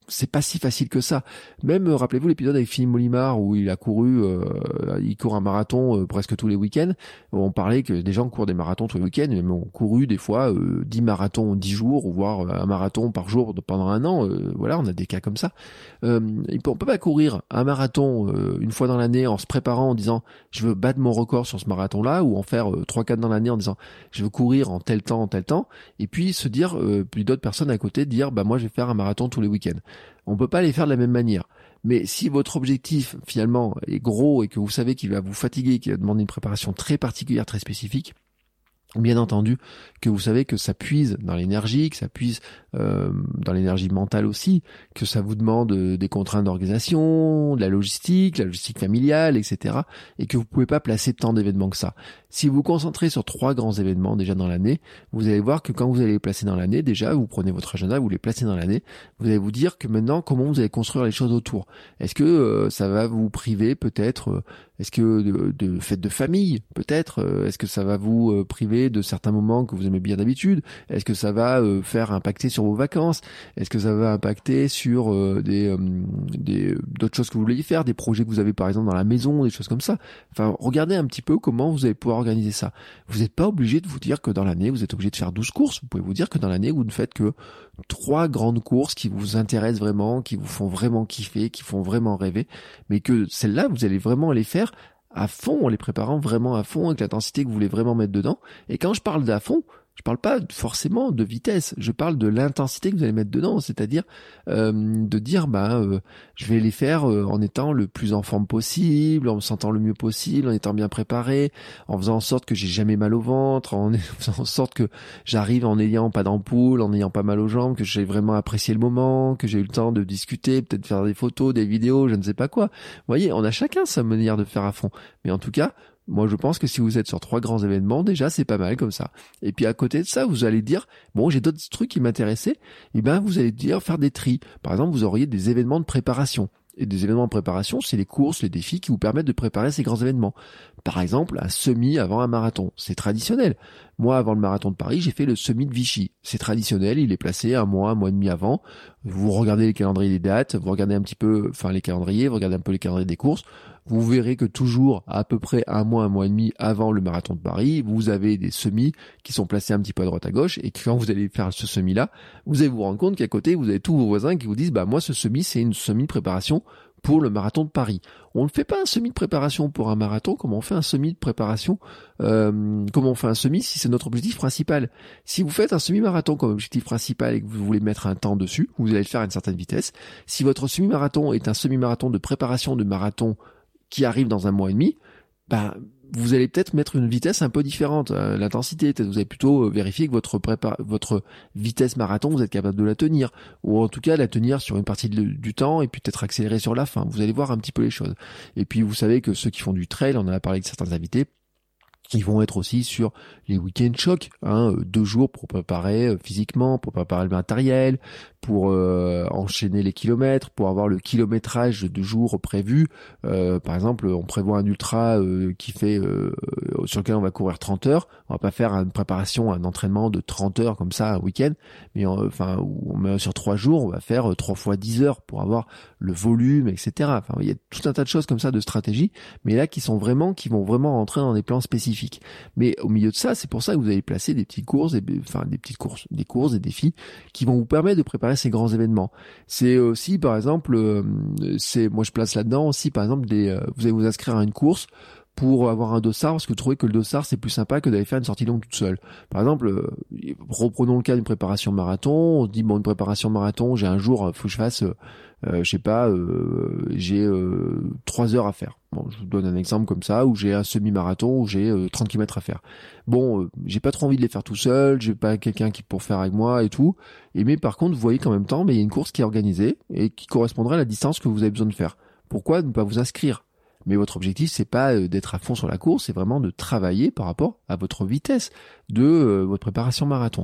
c'est pas si facile que ça. Même, euh, rappelez-vous l'épisode avec Philippe Molimar où il a couru, euh, il court un marathon euh, presque tous les week-ends. On parlait que des gens courent des marathons tous les week-ends, mais ont couru des fois euh, dix marathons en dix jours, ou voire un marathon par jour pendant un an. Euh, voilà, on a des cas comme ça. Euh, on peut pas courir un marathon euh, une fois dans l'année en se préparant en disant je veux battre mon record sur ce marathon-là, ou en faire euh, trois quatre dans l'année en disant je veux courir en tel temps, en tel temps, et puis se dire, euh, puis d'autres personnes à côté dire bah moi je vais faire un marathon tous les week-ends. On peut pas les faire de la même manière. Mais si votre objectif, finalement, est gros et que vous savez qu'il va vous fatiguer, qu'il va demander une préparation très particulière, très spécifique, bien entendu que vous savez que ça puise dans l'énergie, que ça puise euh, dans l'énergie mentale aussi, que ça vous demande euh, des contraintes d'organisation, de la logistique, la logistique familiale, et cetera. Et que vous pouvez pas placer tant d'événements que ça. Si vous vous concentrez sur trois grands événements déjà dans l'année, vous allez voir que quand vous allez les placer dans l'année, déjà vous prenez votre agenda, vous les placez dans l'année, vous allez vous dire que maintenant comment vous allez construire les choses autour. Est-ce que euh, ça va vous priver peut-être, euh, est-ce que de, de fêtes de famille peut-être, euh, est-ce que ça va vous euh, priver de certains moments que vous aimez bien d'habitude? Est-ce que ça va euh, faire impacter sur vos vacances? Est-ce que ça va impacter sur euh, des, euh, des d'autres choses que vous voulez faire, des projets que vous avez par exemple dans la maison, des choses comme ça? Enfin, regardez un petit peu comment vous allez pouvoir organiser ça. Vous n'êtes pas obligé de vous dire que dans l'année, vous êtes obligé de faire douze courses. Vous pouvez vous dire que dans l'année, vous ne faites que trois grandes courses qui vous intéressent vraiment, qui vous font vraiment kiffer, qui font vraiment rêver, mais que celles-là, vous allez vraiment les faire à fond, en les préparant vraiment à fond, avec l'intensité que vous voulez vraiment mettre dedans. Et quand je parle d'à fond, je parle pas forcément de vitesse, je parle de l'intensité que vous allez mettre dedans, c'est-à-dire euh, de dire bah euh, je vais les faire euh, en étant le plus en forme possible, en me sentant le mieux possible, en étant bien préparé, en faisant en sorte que j'ai jamais mal au ventre, en faisant en sorte que j'arrive en n'ayant pas d'ampoule, en n'ayant pas mal aux jambes, que j'ai vraiment apprécié le moment, que j'ai eu le temps de discuter, peut-être faire des photos, des vidéos, je ne sais pas quoi. Vous voyez, on a chacun sa manière de faire à fond, mais en tout cas, moi, je pense que si vous êtes sur trois grands événements, déjà, c'est pas mal comme ça. Et puis, à côté de ça, vous allez dire, bon, j'ai d'autres trucs qui m'intéressaient. Et ben, vous allez dire, faire des tris. Par exemple, vous auriez des événements de préparation. Et des événements de préparation, c'est les courses, les défis qui vous permettent de préparer ces grands événements. Par exemple, un semi avant un marathon. C'est traditionnel. Moi, avant le marathon de Paris, j'ai fait le semi de Vichy. C'est traditionnel, il est placé un mois, un mois et demi avant. Vous regardez les calendriers des dates, vous regardez un petit peu, enfin les calendriers, vous regardez un peu les calendriers des courses. Vous verrez que toujours, à peu près un mois, un mois et demi avant le marathon de Paris, vous avez des semis qui sont placés un petit peu à droite à gauche, et quand vous allez faire ce semi-là, vous allez vous rendre compte qu'à côté, vous avez tous vos voisins qui vous disent, bah, moi, ce semi, c'est une semi de préparation pour le marathon de Paris. On ne fait pas un semi de préparation pour un marathon, comme on fait un semi de préparation, euh, comme on fait un semi si c'est notre objectif principal. Si vous faites un semi-marathon comme objectif principal et que vous voulez mettre un temps dessus, vous allez le faire à une certaine vitesse. Si votre semi-marathon est un semi-marathon de préparation de marathon qui arrive dans un mois et demi, bah, vous allez peut-être mettre une vitesse un peu différente, euh, l'intensité, peut-être vous allez plutôt euh, vérifier que votre prépa- votre vitesse marathon, vous êtes capable de la tenir, ou en tout cas la tenir sur une partie de, du temps, et puis peut-être accélérer sur la fin. Vous allez voir un petit peu les choses. Et puis vous savez que ceux qui font du trail, on en a parlé avec certains invités, qui vont être aussi sur les week-end chocs, hein, deux jours pour préparer euh, physiquement, pour préparer le matériel, pour euh, enchaîner les kilomètres, pour avoir le kilométrage de jours prévu. Euh, par exemple, on prévoit un ultra euh, qui fait euh, sur lequel on va courir trente heures. On va pas faire une préparation, un entraînement de trente heures comme ça un week-end, mais on, enfin on met sur trois jours, on va faire trois fois dix heures pour avoir le volume, et cetera. Enfin, il y a tout un tas de choses comme ça de stratégie, mais là qui sont vraiment, qui vont vraiment rentrer dans des plans spécifiques. Mais au milieu de ça, c'est pour ça que vous allez placer des petites courses, des, enfin des petites courses, des courses, des défis qui vont vous permettre de préparer ces grands événements. C'est aussi, par exemple, euh, c'est, moi je place là-dedans aussi, par exemple, des, euh, vous allez vous inscrire à une course pour avoir un dossard, parce que vous trouvez que le dossard c'est plus sympa que d'aller faire une sortie longue toute seule. Par exemple, euh, reprenons le cas d'une préparation marathon. On se dit bon, une préparation marathon, j'ai un jour, faut que je fasse, euh, euh, je sais pas, euh, j'ai euh, trois heures à faire. Bon, je vous donne un exemple comme ça, où j'ai un semi-marathon, où j'ai euh, trente kilomètres à faire. Bon, euh, j'ai pas trop envie de les faire tout seul, j'ai pas quelqu'un qui pour faire avec moi et tout. Et mais par contre, vous voyez qu'en même temps, mais il y a une course qui est organisée et qui correspondra à la distance que vous avez besoin de faire. Pourquoi ne pas vous inscrire ? Mais votre objectif, c'est pas d'être à fond sur la course, c'est vraiment de travailler par rapport à votre vitesse de euh, votre préparation marathon.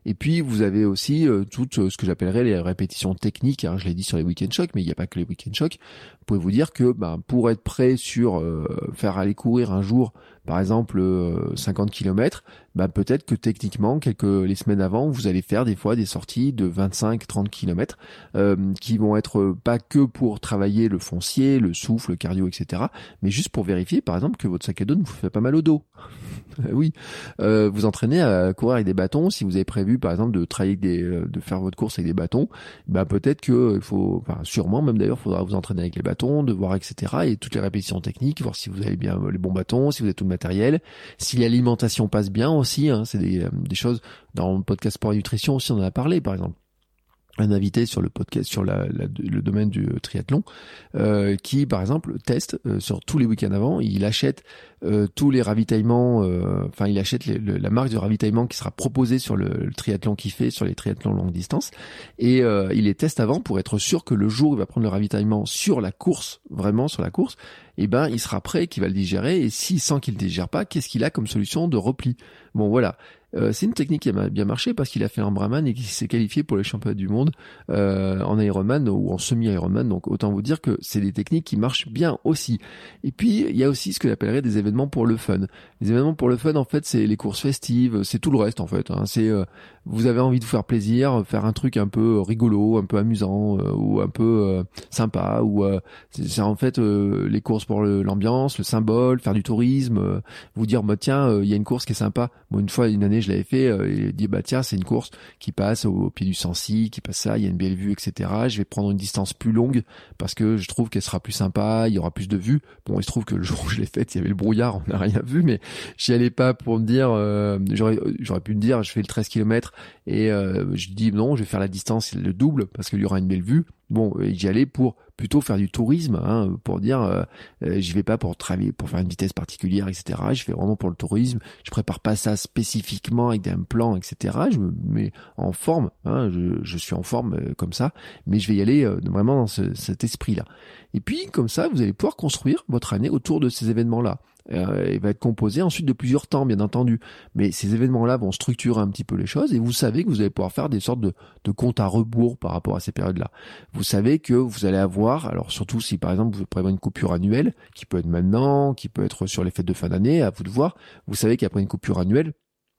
Et puis vous avez aussi euh, tout euh, ce que j'appellerais les répétitions techniques, hein, je l'ai dit sur les week-end shocks, mais il n'y a pas que les week-end shocks. Vous pouvez vous dire que ben, pour être prêt sur euh, faire aller courir un jour, par exemple euh, cinquante kilomètres, ben, peut-être que techniquement, quelques les semaines avant, vous allez faire des fois des sorties de vingt-cinq à trente kilomètres euh, qui vont être pas que pour travailler le foncier, le souffle, le cardio, et cetera, mais juste pour vérifier, par exemple, que votre sac à dos ne vous fait pas mal au dos. Oui, euh, vous entraînez à courir avec des bâtons. Si vous avez prévu, par exemple, de travailler avec des, de faire votre course avec des bâtons, ben peut-être que il faut, enfin sûrement même d'ailleurs, il faudra vous entraîner avec les bâtons, de voir et cetera. Et toutes les répétitions techniques, voir si vous avez bien les bons bâtons, si vous avez tout le matériel, si l'alimentation passe bien aussi. Hein, c'est des, des choses dans le podcast Sport et Nutrition aussi, on en a parlé, par exemple. Un invité sur le podcast sur la, la, le domaine du triathlon euh, qui par exemple teste euh, sur tous les week-ends avant, il achète euh, tous les ravitaillements, euh, enfin il achète les, le, la marque de ravitaillement qui sera proposée sur le, le triathlon qu'il fait, sur les triathlons longue distance, et euh, il les teste avant pour être sûr que le jour où il va prendre le ravitaillement sur la course, vraiment sur la course, eh ben il sera prêt, qu'il va le digérer, et s'il sent qu'il ne digère pas, qu'est-ce qu'il a comme solution de repli. Bon voilà. Euh, c'est une technique qui a bien marché parce qu'il a fait l'Ambraman et qu'il s'est qualifié pour les championnats du monde euh, en Ironman ou en semi-Ironman. Donc autant vous dire que c'est des techniques qui marchent bien aussi. Et puis il y a aussi ce que j'appellerais des événements pour le fun. Les événements pour le fun, en fait, c'est les courses festives, c'est tout le reste en fait. Hein. C'est euh, vous avez envie de vous faire plaisir, faire un truc un peu rigolo, un peu amusant euh, ou un peu euh, sympa. Ou euh, c'est, c'est en fait euh, les courses pour le, l'ambiance, le symbole, faire du tourisme, euh, vous dire bah tiens il euh, y a une course qui est sympa. Bon une fois une année je l'avais fait euh, et dit bah tiens c'est une course qui passe au, au pied du Sancy, qui passe ça, il y a une belle vue, et cetera. Je vais prendre une distance plus longue parce que je trouve qu'elle sera plus sympa, il y aura plus de vues. Bon il se trouve que le jour où je l'ai faite il y avait le brouillard, on n'a rien vu, mais j'y allais pas pour me dire euh, j'aurais j'aurais pu me dire je fais le treize kilomètres et euh, je dis non je vais faire la distance le double parce qu'il y aura une belle vue. Bon, j'y allais pour plutôt faire du tourisme, hein, pour dire, euh, euh, j'y vais pas pour travailler, pour faire une vitesse particulière, et cetera. Je fais vraiment pour le tourisme. Je prépare pas ça spécifiquement avec un plan, et cetera. Je me mets en forme, hein, je, je suis en forme euh, comme ça, mais je vais y aller euh, vraiment dans ce, cet esprit-là. Et puis, comme ça, vous allez pouvoir construire votre année autour de ces événements-là. Euh, il va être composé ensuite de plusieurs temps, bien entendu. Mais ces événements-là vont structurer un petit peu les choses et vous savez que vous allez pouvoir faire des sortes de, de comptes à rebours par rapport à ces périodes-là. Vous savez que vous allez avoir, alors surtout si par exemple vous prévoyez une coupure annuelle, qui peut être maintenant, qui peut être sur les fêtes de fin d'année, à vous de voir, vous savez qu'après une coupure annuelle,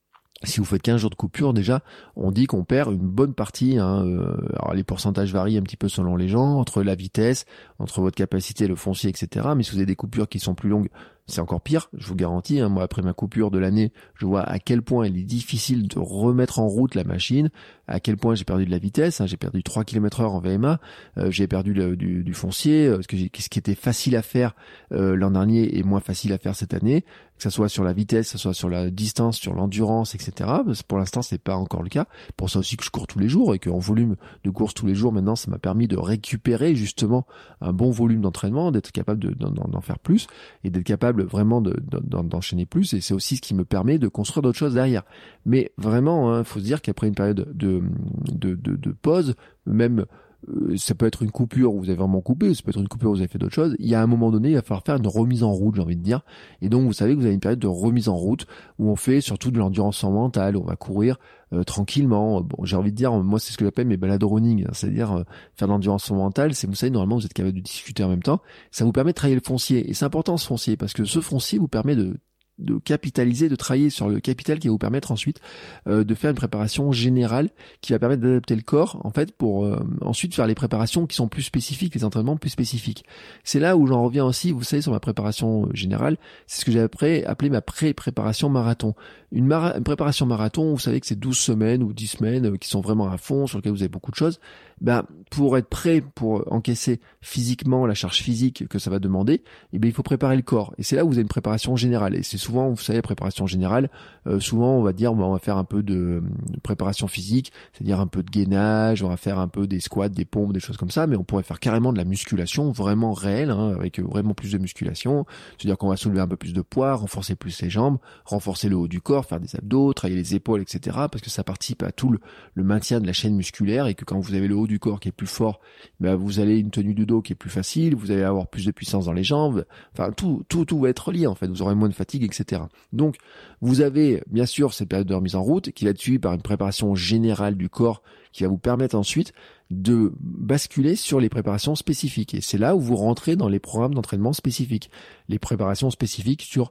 si vous faites quinze jours de coupure, déjà, on dit qu'on perd une bonne partie. Hein, euh, alors les pourcentages varient un petit peu selon les gens, entre la vitesse, entre votre capacité, le foncier, et cetera. Mais si vous avez des coupures qui sont plus longues, c'est encore pire, je vous garantis. Hein, moi, après ma coupure de l'année, je vois à quel point il est difficile de remettre en route la machine, à quel point j'ai perdu de la vitesse. Hein, j'ai perdu trois kilomètres heure en V M A, euh, j'ai perdu le, du, du foncier, euh, ce, que j'ai, ce qui était facile à faire euh, l'an dernier est moins facile à faire cette année, que ça soit sur la vitesse, que ça soit sur la distance, sur l'endurance, et cetera. Parce que pour l'instant, c'est pas encore le cas. Pour ça aussi que je cours tous les jours et qu'en volume de course tous les jours, maintenant, ça m'a permis de récupérer justement un bon volume d'entraînement, d'être capable de, d'en, d'en faire plus et d'être capable vraiment de, de, d'enchaîner plus. Et c'est aussi ce qui me permet de construire d'autres choses derrière. Mais vraiment, il hein, faut se dire qu'après une période de, de, de, de pause, même euh, ça peut être une coupure où vous avez vraiment coupé, ça peut être une coupure où vous avez fait d'autres choses. Il y a un moment donné, il va falloir faire une remise en route, j'ai envie de dire. Et donc, vous savez que vous avez une période de remise en route où on fait surtout de l'endurance mentale, on va courir euh, tranquillement. Bon, j'ai envie de dire, moi, c'est ce que j'appelle mes balades running, hein, c'est-à-dire euh, faire de l'endurance mentale. C'est, vous savez, normalement, vous êtes capable de discuter en même temps. Ça vous permet de travailler le foncier. Et c'est important, ce foncier, parce que ce foncier vous permet de de capitaliser, de travailler sur le capital qui va vous permettre ensuite euh, de faire une préparation générale qui va permettre d'adapter le corps en fait pour euh, ensuite faire les préparations qui sont plus spécifiques, les entraînements plus spécifiques. C'est là où j'en reviens aussi, vous savez, sur ma préparation générale, c'est ce que j'ai après appelé ma pré-préparation marathon. Une, mara- une préparation marathon, vous savez que c'est douze semaines ou dix semaines euh, qui sont vraiment à fond, sur lesquelles vous avez beaucoup de choses. Ben, pour être prêt, pour encaisser physiquement la charge physique que ça va demander, eh bien, il faut préparer le corps. Et c'est là où vous avez une préparation générale. Et c'est souvent, vous savez, la préparation générale, euh, souvent, on va dire, ben, on va faire un peu de, de préparation physique, c'est-à-dire un peu de gainage, on va faire un peu des squats, des pompes, des choses comme ça, mais on pourrait faire carrément de la musculation vraiment réelle, hein, avec vraiment plus de musculation. C'est-à-dire qu'on va soulever un peu plus de poids, renforcer plus les jambes, renforcer le haut du corps, faire des abdos, travailler les épaules, et cetera. Parce que ça participe à tout le, le maintien de la chaîne musculaire et que quand vous avez le haut haut du corps qui est plus fort, ben vous allez une tenue de dos qui est plus facile, vous allez avoir plus de puissance dans les jambes, enfin tout tout tout va être lié en fait, vous aurez moins de fatigue, et cetera. Donc vous avez bien sûr cette période de remise en route qui va être suivie par une préparation générale du corps qui va vous permettre ensuite de basculer sur les préparations spécifiques. Et c'est là où vous rentrez dans les programmes d'entraînement spécifiques. Les préparations spécifiques sur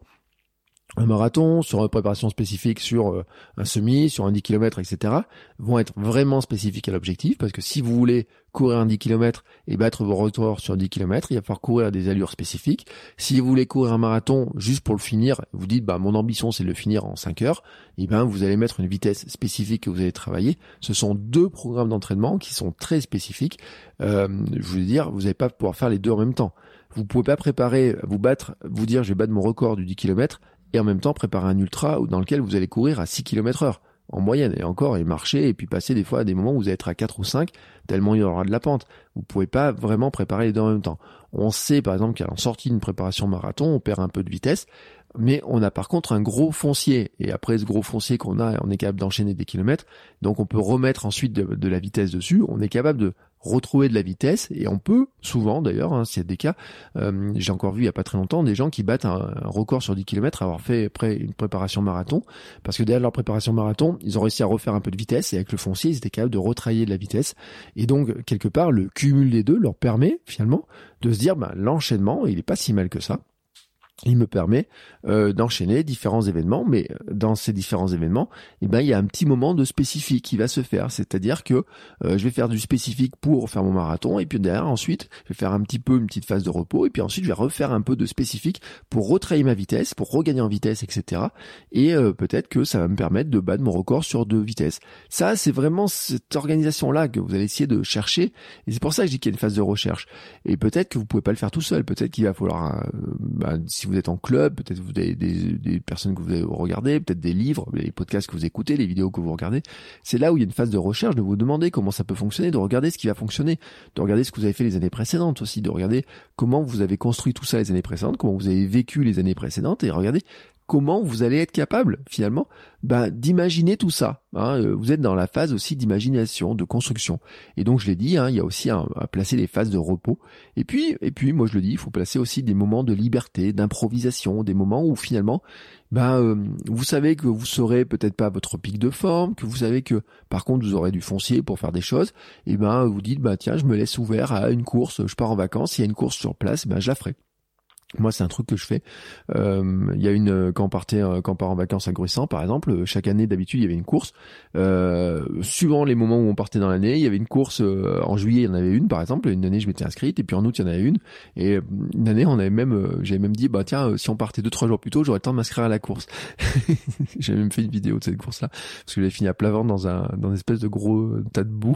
un marathon, sur une préparation spécifique sur euh, un semi, sur un dix kilomètres, et cetera, vont être vraiment spécifiques à l'objectif, parce que si vous voulez courir un dix kilomètres et battre vos records sur dix kilomètres, il va falloir courir à des allures spécifiques. Si vous voulez courir un marathon juste pour le finir, vous dites, bah, mon ambition, c'est de le finir en cinq heures, et ben, vous allez mettre une vitesse spécifique que vous allez travailler. Ce sont deux programmes d'entraînement qui sont très spécifiques. Euh, je veux dire, vous n'allez pas pouvoir faire les deux en même temps. Vous pouvez pas préparer, vous battre, vous dire, je vais battre mon record du dix kilomètres, et en même temps préparer un ultra dans lequel vous allez courir à six kilomètres heure en moyenne, et encore, et marcher, et puis passer des fois à des moments où vous allez être à quatre ou cinq, tellement il y aura de la pente. Vous pouvez pas vraiment préparer les deux en même temps. On sait par exemple qu'en sortie d'une préparation marathon, on perd un peu de vitesse, mais on a par contre un gros foncier, et après ce gros foncier qu'on a, on est capable d'enchaîner des kilomètres, donc on peut remettre ensuite de, de la vitesse dessus, on est capable de retrouver de la vitesse, et on peut, souvent d'ailleurs, hein, s'il y a des cas, euh, j'ai encore vu il y a pas très longtemps des gens qui battent un, un record sur dix kilomètres avoir fait après une préparation marathon, parce que derrière leur préparation marathon, ils ont réussi à refaire un peu de vitesse, et avec le foncier, ils étaient capables de retravailler de la vitesse, et donc quelque part, le cumul des deux leur permet finalement de se dire, ben, l'enchaînement, il est pas si mal que ça. Il me permet euh, d'enchaîner différents événements, mais dans ces différents événements, eh ben il y a un petit moment de spécifique qui va se faire, c'est-à-dire que euh, je vais faire du spécifique pour faire mon marathon, et puis derrière ensuite je vais faire un petit peu une petite phase de repos, et puis ensuite je vais refaire un peu de spécifique pour retravailler ma vitesse, pour regagner en vitesse, et cetera. Et euh, peut-être que ça va me permettre de battre mon record sur deux vitesses. Ça, c'est vraiment cette organisation-là que vous allez essayer de chercher, et c'est pour ça que je dis qu'il y a une phase de recherche. Et peut-être que vous pouvez pas le faire tout seul, peut-être qu'il va falloir, euh, bah, si vous êtes en club, peut-être vous avez des, des personnes que vous avez regardées, peut-être des livres, les podcasts que vous écoutez, les vidéos que vous regardez. C'est là où il y a une phase de recherche, de vous demander comment ça peut fonctionner, de regarder ce qui va fonctionner, de regarder ce que vous avez fait les années précédentes aussi, de regarder comment vous avez construit tout ça les années précédentes, comment vous avez vécu les années précédentes, et regarder comment vous allez être capable, finalement, bah, d'imaginer tout ça. Hein. Vous êtes dans la phase aussi d'imagination, de construction. Et donc, je l'ai dit, hein, il y a aussi un, à placer les phases de repos. Et puis, et puis, moi, je le dis, il faut placer aussi des moments de liberté, d'improvisation, des moments où, finalement, bah, euh, vous savez que vous serez peut-être pas à votre pic de forme, que vous savez que, par contre, vous aurez du foncier pour faire des choses. Et ben, vous dites, bah, tiens, je me laisse ouvert à une course, je pars en vacances, il y a une course sur place, ben, je la ferai. Moi, c'est un truc que je fais. Euh, il y a une quand on partait, quand on part en vacances à Gruissant, par exemple, chaque année d'habitude, il y avait une course. Euh, suivant les moments où on partait dans l'année, il y avait une course. Euh, en juillet, il y en avait une, par exemple. Une année, je m'étais inscrite, et puis en août, il y en avait une. Et une année, on avait même, euh, j'avais même dit, bah tiens, si on partait deux trois jours plus tôt, j'aurais le temps de m'inscrire à la course. J'avais même fait une vidéo de cette course-là, parce que j'avais fini à plat ventre dans un dans une espèce de gros tas de boue.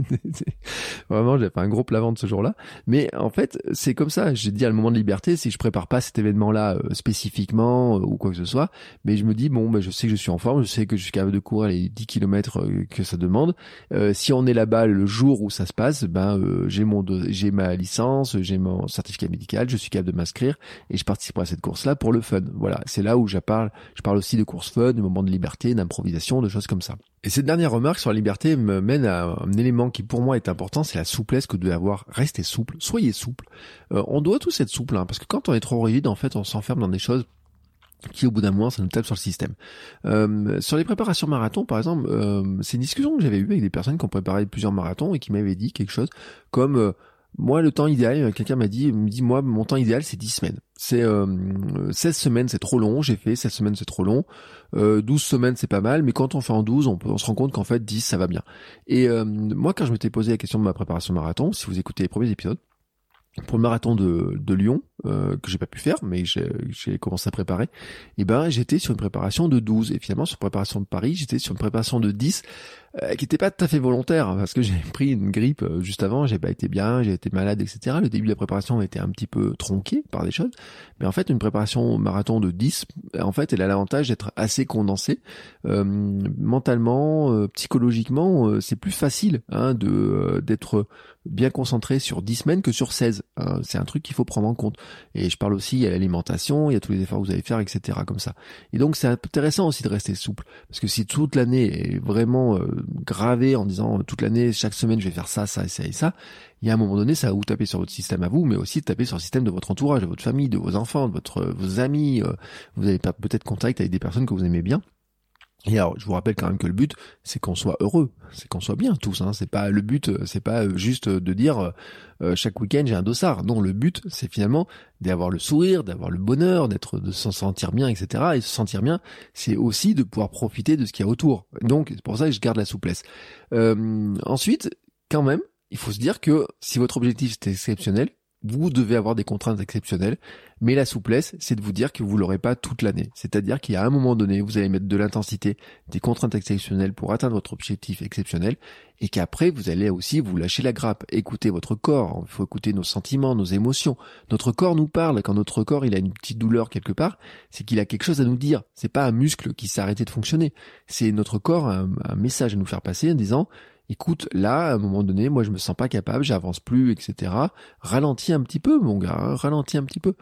Vraiment, j'avais fait un gros plat ventre ce jour-là. Mais en fait, c'est comme ça. J'ai dit à le moment de liberté, si je prépare pas cet événement-là euh, spécifiquement euh, ou quoi que ce soit, mais je me dis bon, bah, je sais que je suis en forme, je sais que je suis capable de courir les dix kilomètres euh, que ça demande. Euh, si on est là-bas le jour où ça se passe, ben euh, j'ai mon do- j'ai ma licence, j'ai mon certificat médical, je suis capable de m'inscrire et je participerai à cette course-là pour le fun. Voilà, c'est là où je parle. Je parle aussi de course fun, de moments de liberté, d'improvisation, de choses comme ça. Et cette dernière remarque sur la liberté me mène à un élément qui pour moi est important, c'est la souplesse que vous devez avoir. Restez souple, soyez souple. Euh, on doit tous être souple, hein, parce que quand on est trop rigide, en fait, on s'enferme dans des choses qui, au bout d'un moment, ça nous tape sur le système. Euh, sur les préparations marathon, par exemple, euh, c'est une discussion que j'avais eue avec des personnes qui ont préparé plusieurs marathons et qui m'avaient dit quelque chose comme... Euh, moi, le temps idéal, quelqu'un m'a dit, me dit, moi, mon temps idéal, c'est dix semaines. C'est euh, seize semaines, c'est trop long. J'ai fait seize semaines, c'est trop long. Euh, douze semaines, c'est pas mal. Mais quand on fait en douze, on, peut, on se rend compte qu'en fait, dix, ça va bien. Et euh, moi, quand je m'étais posé la question de ma préparation marathon, si vous écoutez les premiers épisodes, pour le marathon de, de Lyon, euh, que j'ai pas pu faire, mais j'ai, j'ai commencé à préparer, et ben j'étais sur une préparation de douze. Et finalement, sur la préparation de Paris, j'étais sur une préparation de dix, euh, qui était pas tout à fait volontaire, hein, parce que j'ai pris une grippe euh, juste avant, j'ai pas été bien, j'ai été malade, et cetera. Le début de la préparation a été un petit peu tronqué par des choses, mais en fait, une préparation marathon de dix, en fait, elle a l'avantage d'être assez condensée. Euh, mentalement, euh, psychologiquement, euh, c'est plus facile hein, de euh, d'être bien concentré sur dix semaines que sur seize. Hein, c'est un truc qu'il faut prendre en compte. Et je parle aussi, il y a l'alimentation, il y a tous les efforts que vous allez faire, et cetera. Comme ça. Et donc c'est intéressant aussi de rester souple, parce que si toute l'année est vraiment euh, gravé en disant toute l'année, chaque semaine, je vais faire ça, ça et ça et ça, il y a un moment donné, ça va vous taper sur votre système à vous, mais aussi taper sur le système de votre entourage, de votre famille, de vos enfants, de votre, vos amis. Euh, vous avez peut-être contact avec des personnes que vous aimez bien. Et alors, je vous rappelle quand même que le but, c'est qu'on soit heureux, c'est qu'on soit bien tous. Hein. C'est pas le but, c'est pas juste de dire euh, chaque week-end j'ai un dossard. Non, le but, c'est finalement d'avoir le sourire, d'avoir le bonheur, d'être, de s'en sentir bien, et cetera. Et se sentir bien, c'est aussi de pouvoir profiter de ce qu'il y a autour. Donc, c'est pour ça que je garde la souplesse. Euh, ensuite, quand même, il faut se dire que si votre objectif c'est exceptionnel, vous devez avoir des contraintes exceptionnelles, mais la souplesse, c'est de vous dire que vous l'aurez pas toute l'année. C'est-à-dire qu'il y a un moment donné, vous allez mettre de l'intensité, des contraintes exceptionnelles pour atteindre votre objectif exceptionnel, et qu'après, vous allez aussi vous lâcher la grappe, écouter votre corps. Il faut écouter nos sentiments, nos émotions. Notre corps nous parle. Quand notre corps, il a une petite douleur quelque part, c'est qu'il a quelque chose à nous dire. C'est pas un muscle qui s'est arrêté de fonctionner. C'est notre corps, un, un message à nous faire passer en disant, écoute, là, à un moment donné, moi, je me sens pas capable, j'avance plus, et cetera. Ralentis un petit peu, mon gars, hein, ralentis un petit peu.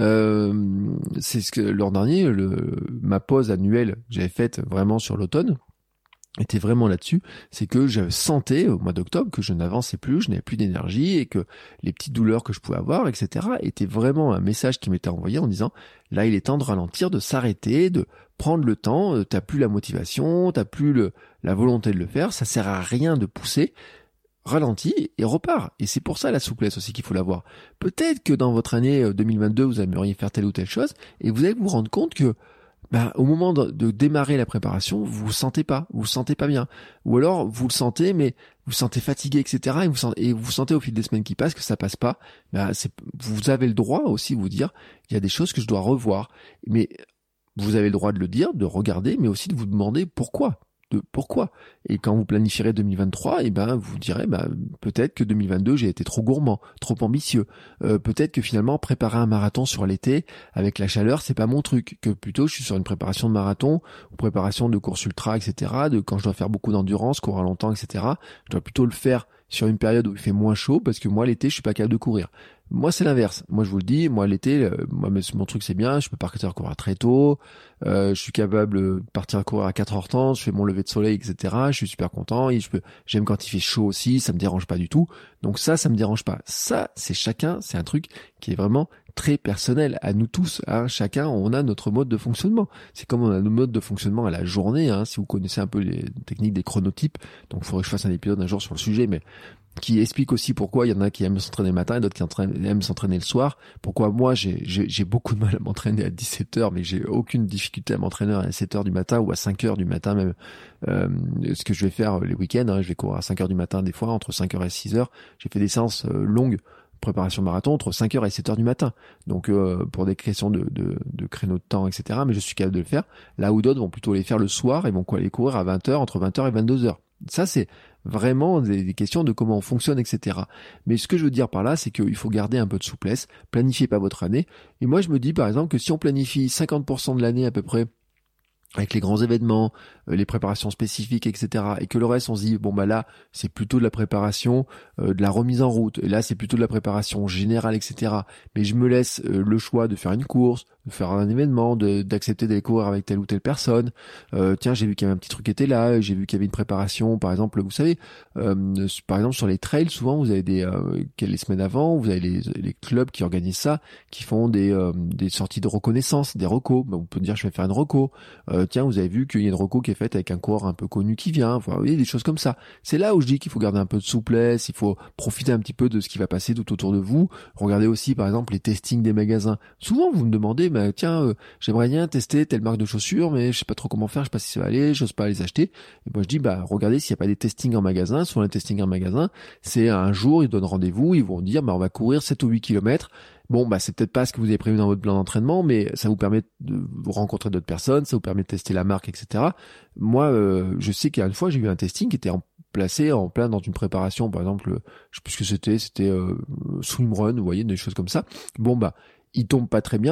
Euh, c'est ce que l'an dernier, le, ma pause annuelle que j'avais faite vraiment sur l'automne, était vraiment là-dessus, c'est que je sentais au mois d'octobre que je n'avançais plus, je n'avais plus d'énergie et que les petites douleurs que je pouvais avoir, et cetera, étaient vraiment un message qui m'était envoyé en disant là il est temps de ralentir, de s'arrêter, de prendre le temps, t'as plus la motivation, t'as plus le, la volonté de le faire, ça sert à rien de pousser, ralentis et repars. Et c'est pour ça la souplesse aussi qu'il faut l'avoir. Peut-être que dans votre année deux mille vingt-deux, vous aimeriez faire telle ou telle chose et vous allez vous rendre compte que bah, au moment de, de démarrer la préparation, vous vous sentez pas, vous vous sentez pas bien. Ou alors, vous le sentez, mais vous vous sentez fatigué, et cetera. Et vous sentez, et vous sentez au fil des semaines qui passent que ça passe pas. Bah, c'est, vous avez le droit aussi de vous dire, il y a des choses que je dois revoir. Mais vous avez le droit de le dire, de regarder, mais aussi de vous demander pourquoi. De pourquoi. Et quand vous planifierez deux mille vingt-trois, et ben vous direz bah, peut-être que deux mille vingt-deux j'ai été trop gourmand, trop ambitieux. Euh, peut-être que finalement préparer un marathon sur l'été avec la chaleur c'est pas mon truc. Que plutôt je suis sur une préparation de marathon ou préparation de course ultra, et cetera. De quand je dois faire beaucoup d'endurance, courir longtemps, et cetera. Je dois plutôt le faire sur une période où il fait moins chaud parce que moi l'été je suis pas capable de courir. Moi c'est l'inverse. Moi je vous le dis, moi l'été, euh, moi mon truc c'est bien, je peux partir courir très tôt, euh, je suis capable de partir courir à quatre heures trente, je fais mon lever de soleil, et cetera. Je suis super content et je peux, j'aime quand il fait chaud aussi, ça me dérange pas du tout. Donc ça, ça me dérange pas. Ça, c'est chacun, c'est un truc qui est vraiment très personnel à nous tous. Hein. Chacun, on a notre mode de fonctionnement. C'est comme on a nos modes de fonctionnement à la journée. Hein. Si vous connaissez un peu les techniques des chronotypes, donc il faudrait que je fasse un épisode un jour sur le sujet, mais qui explique aussi pourquoi il y en a qui aiment s'entraîner le matin et d'autres qui aiment s'entraîner le soir. Pourquoi moi, j'ai, j'ai, j'ai beaucoup de mal à m'entraîner à dix-sept heures, mais j'ai aucune difficulté à m'entraîner à sept heures du matin ou à cinq heures du matin même. Euh, ce que je vais faire les week-ends, hein, je vais courir à cinq heures du matin des fois, entre cinq heures et six heures. J'ai fait des séances euh, longues, préparation marathon, entre cinq heures et sept heures du matin. Donc euh, pour des questions de, de, de créneaux de temps, et cetera. Mais je suis capable de le faire. Là où d'autres vont plutôt les faire le soir, ils vont aller courir à vingt heures, entre vingt heures et vingt-deux heures. Ça, c'est vraiment des, des questions de comment on fonctionne, et cetera. Mais ce que je veux dire par là, c'est qu'il faut garder un peu de souplesse, planifiez pas votre année. Et moi, je me dis, par exemple, que si on planifie cinquante pour cent de l'année à peu près, avec les grands événements, euh, les préparations spécifiques, et cetera. Et que le reste, on se dit, bon bah là, c'est plutôt de la préparation, euh, de la remise en route. Et là, c'est plutôt de la préparation générale, et cetera. Mais je me laisse euh, le choix de faire une course, de faire un événement, de, d'accepter d'aller courir avec telle ou telle personne. Euh, tiens, j'ai vu qu'il y avait un petit truc qui était là, j'ai vu qu'il y avait une préparation, par exemple, vous savez, euh, par exemple sur les trails, souvent vous avez des, euh, les semaines avant, vous avez les, les clubs qui organisent ça, qui font des, euh, des sorties de reconnaissance, des recos. Ben, on peut dire, je vais faire une reco. Euh, tiens, vous avez vu qu'il y a une reco qui est faite avec un coureur un peu connu qui vient. Vous voyez, des choses comme ça. C'est là où je dis qu'il faut garder un peu de souplesse, il faut profiter un petit peu de ce qui va passer tout autour de vous. Regardez aussi, par exemple, les testings des magasins. Souvent, vous me demandez, bah, tiens, euh, j'aimerais bien tester telle marque de chaussures, mais je sais pas trop comment faire, je sais pas si ça va aller, j'ose pas les acheter. Et moi, je dis, bah, regardez s'il y a pas des testings en magasin. Souvent, les testings en magasin, c'est un jour, ils donnent rendez-vous, ils vont dire, bah, on va courir sept ou huit kilomètres. Bon, bah, c'est peut-être pas ce que vous avez prévu dans votre plan d'entraînement, mais ça vous permet de vous rencontrer d'autres personnes, ça vous permet de tester la marque, et cetera. Moi, euh, je sais qu'une fois, j'ai eu un testing qui était en placé en plein dans une préparation, par exemple, je sais plus ce que c'était, c'était euh, swimrun, vous voyez, des choses comme ça. Bon, bah, il tombe pas très bien,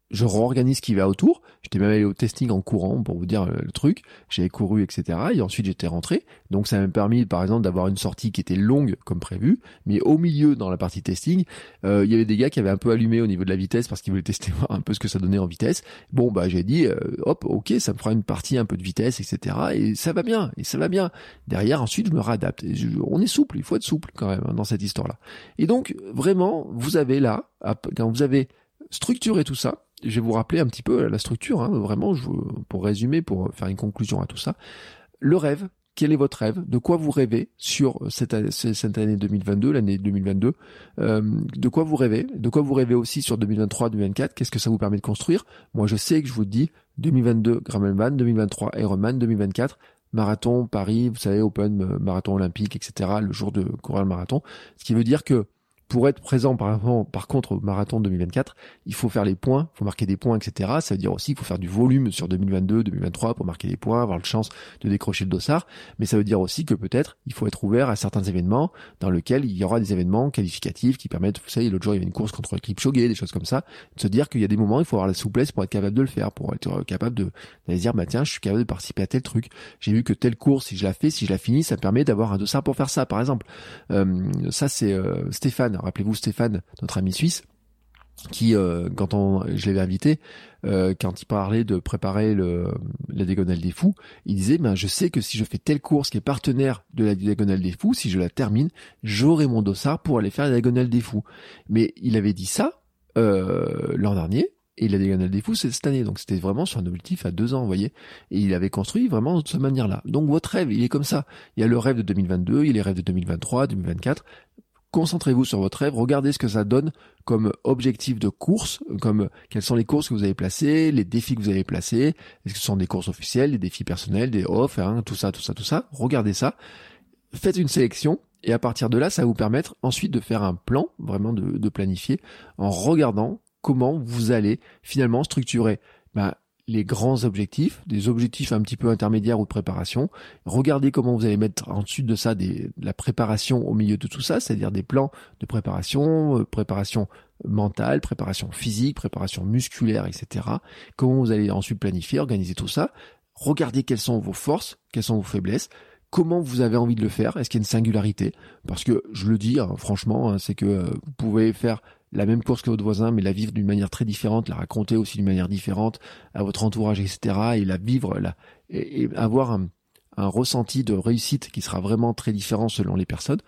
je réorganise ce qui va autour. J'étais même allé au testing en courant pour vous dire le, le truc. J'avais couru, et cetera. Et ensuite, j'étais rentré. Donc, ça m'a permis, par exemple, d'avoir une sortie qui était longue comme prévu. Mais au milieu, dans la partie testing, euh, il y avait des gars qui avaient un peu allumé au niveau de la vitesse parce qu'ils voulaient tester voir un peu ce que ça donnait en vitesse. Bon, bah, j'ai dit, euh, hop, ok, ça me fera une partie un peu de vitesse, et cetera. Et ça va bien. Et ça va bien. Derrière, ensuite, je me réadapte. Et je, on est souple. Il faut être souple quand même dans cette histoire-là. Et donc, vraiment, vous avez là, quand vous avez structuré tout ça, je vais vous rappeler un petit peu la structure, hein, vraiment, je, pour résumer, pour faire une conclusion à tout ça. Le rêve, quel est votre rêve? De quoi vous rêvez sur cette, cette année deux mille vingt-deux, l'année deux mille vingt-deux? euh, De quoi vous rêvez? De quoi vous rêvez aussi sur deux mille vingt-trois, deux mille vingt-quatre? Qu'est-ce que ça vous permet de construire? Moi, je sais que je vous dis deux mille vingt-deux, Gravelman, deux mille vingt-trois, Ironman, deux mille vingt-quatre, marathon, Paris, vous savez, Open, marathon olympique, et cetera, le jour de courir le marathon. Ce qui veut dire que pour être présent, par, par contre, au marathon deux mille vingt-quatre, il faut faire les points, il faut marquer des points, et cetera. Ça veut dire aussi qu'il faut faire du volume sur deux mille vingt-deux, deux mille vingt-trois pour marquer des points, avoir la chance de décrocher le dossard. Mais ça veut dire aussi que peut-être il faut être ouvert à certains événements dans lesquels il y aura des événements qualificatifs qui permettent, vous savez, l'autre jour il y avait une course contre Kipchoge, des choses comme ça, de se dire qu'il y a des moments, il faut avoir la souplesse pour être capable de le faire, pour être capable de, de dire, bah tiens, je suis capable de participer à tel truc. J'ai vu que telle course, si je la fais, si je la finis, ça me permet d'avoir un dossard pour faire ça, par exemple. Euh, ça c'est euh, Stéphane, rappelez-vous Stéphane, notre ami suisse, qui, euh, quand on, je l'avais invité, euh, quand il parlait de préparer le, la Diagonale des Fous, il disait, ben, je sais que si je fais telle course qui est partenaire de la Diagonale des Fous, si je la termine, j'aurai mon dossard pour aller faire la Diagonale des Fous. Mais il avait dit ça, euh, l'an dernier, et la Diagonale des Fous, c'est cette année. Donc, c'était vraiment sur un objectif à deux ans, vous voyez. Et il avait construit vraiment de cette manière-là. Donc, votre rêve, il est comme ça. Il y a le rêve de deux mille vingt-deux, il y a les rêves de deux mille vingt-trois, deux mille vingt-quatre. Concentrez-vous sur votre rêve, regardez ce que ça donne comme objectif de course, comme quelles sont les courses que vous avez placées, les défis que vous avez placés, est-ce que ce sont des courses officielles, des défis personnels, des off, hein, tout ça, tout ça, tout ça. Regardez ça, faites une sélection et à partir de là, ça va vous permettre ensuite de faire un plan, vraiment de, de planifier, en regardant comment vous allez finalement structurer bah, les grands objectifs, des objectifs un petit peu intermédiaires ou de préparation. Regardez comment vous allez mettre ensuite de ça des, de la préparation au milieu de tout ça, c'est-à-dire des plans de préparation, euh, préparation mentale, préparation physique, préparation musculaire, et cetera. Comment vous allez ensuite planifier, organiser tout ça. Regardez quelles sont vos forces, quelles sont vos faiblesses. Comment vous avez envie de le faire? Est-ce qu'il y a une singularité? Parce que, je le dis, hein, franchement, hein, c'est que euh, vous pouvez faire la même course que votre voisin, mais la vivre d'une manière très différente, la raconter aussi d'une manière différente à votre entourage, et cetera. Et la vivre, la, et, et avoir un, un ressenti de réussite qui sera vraiment très différent selon les personnes.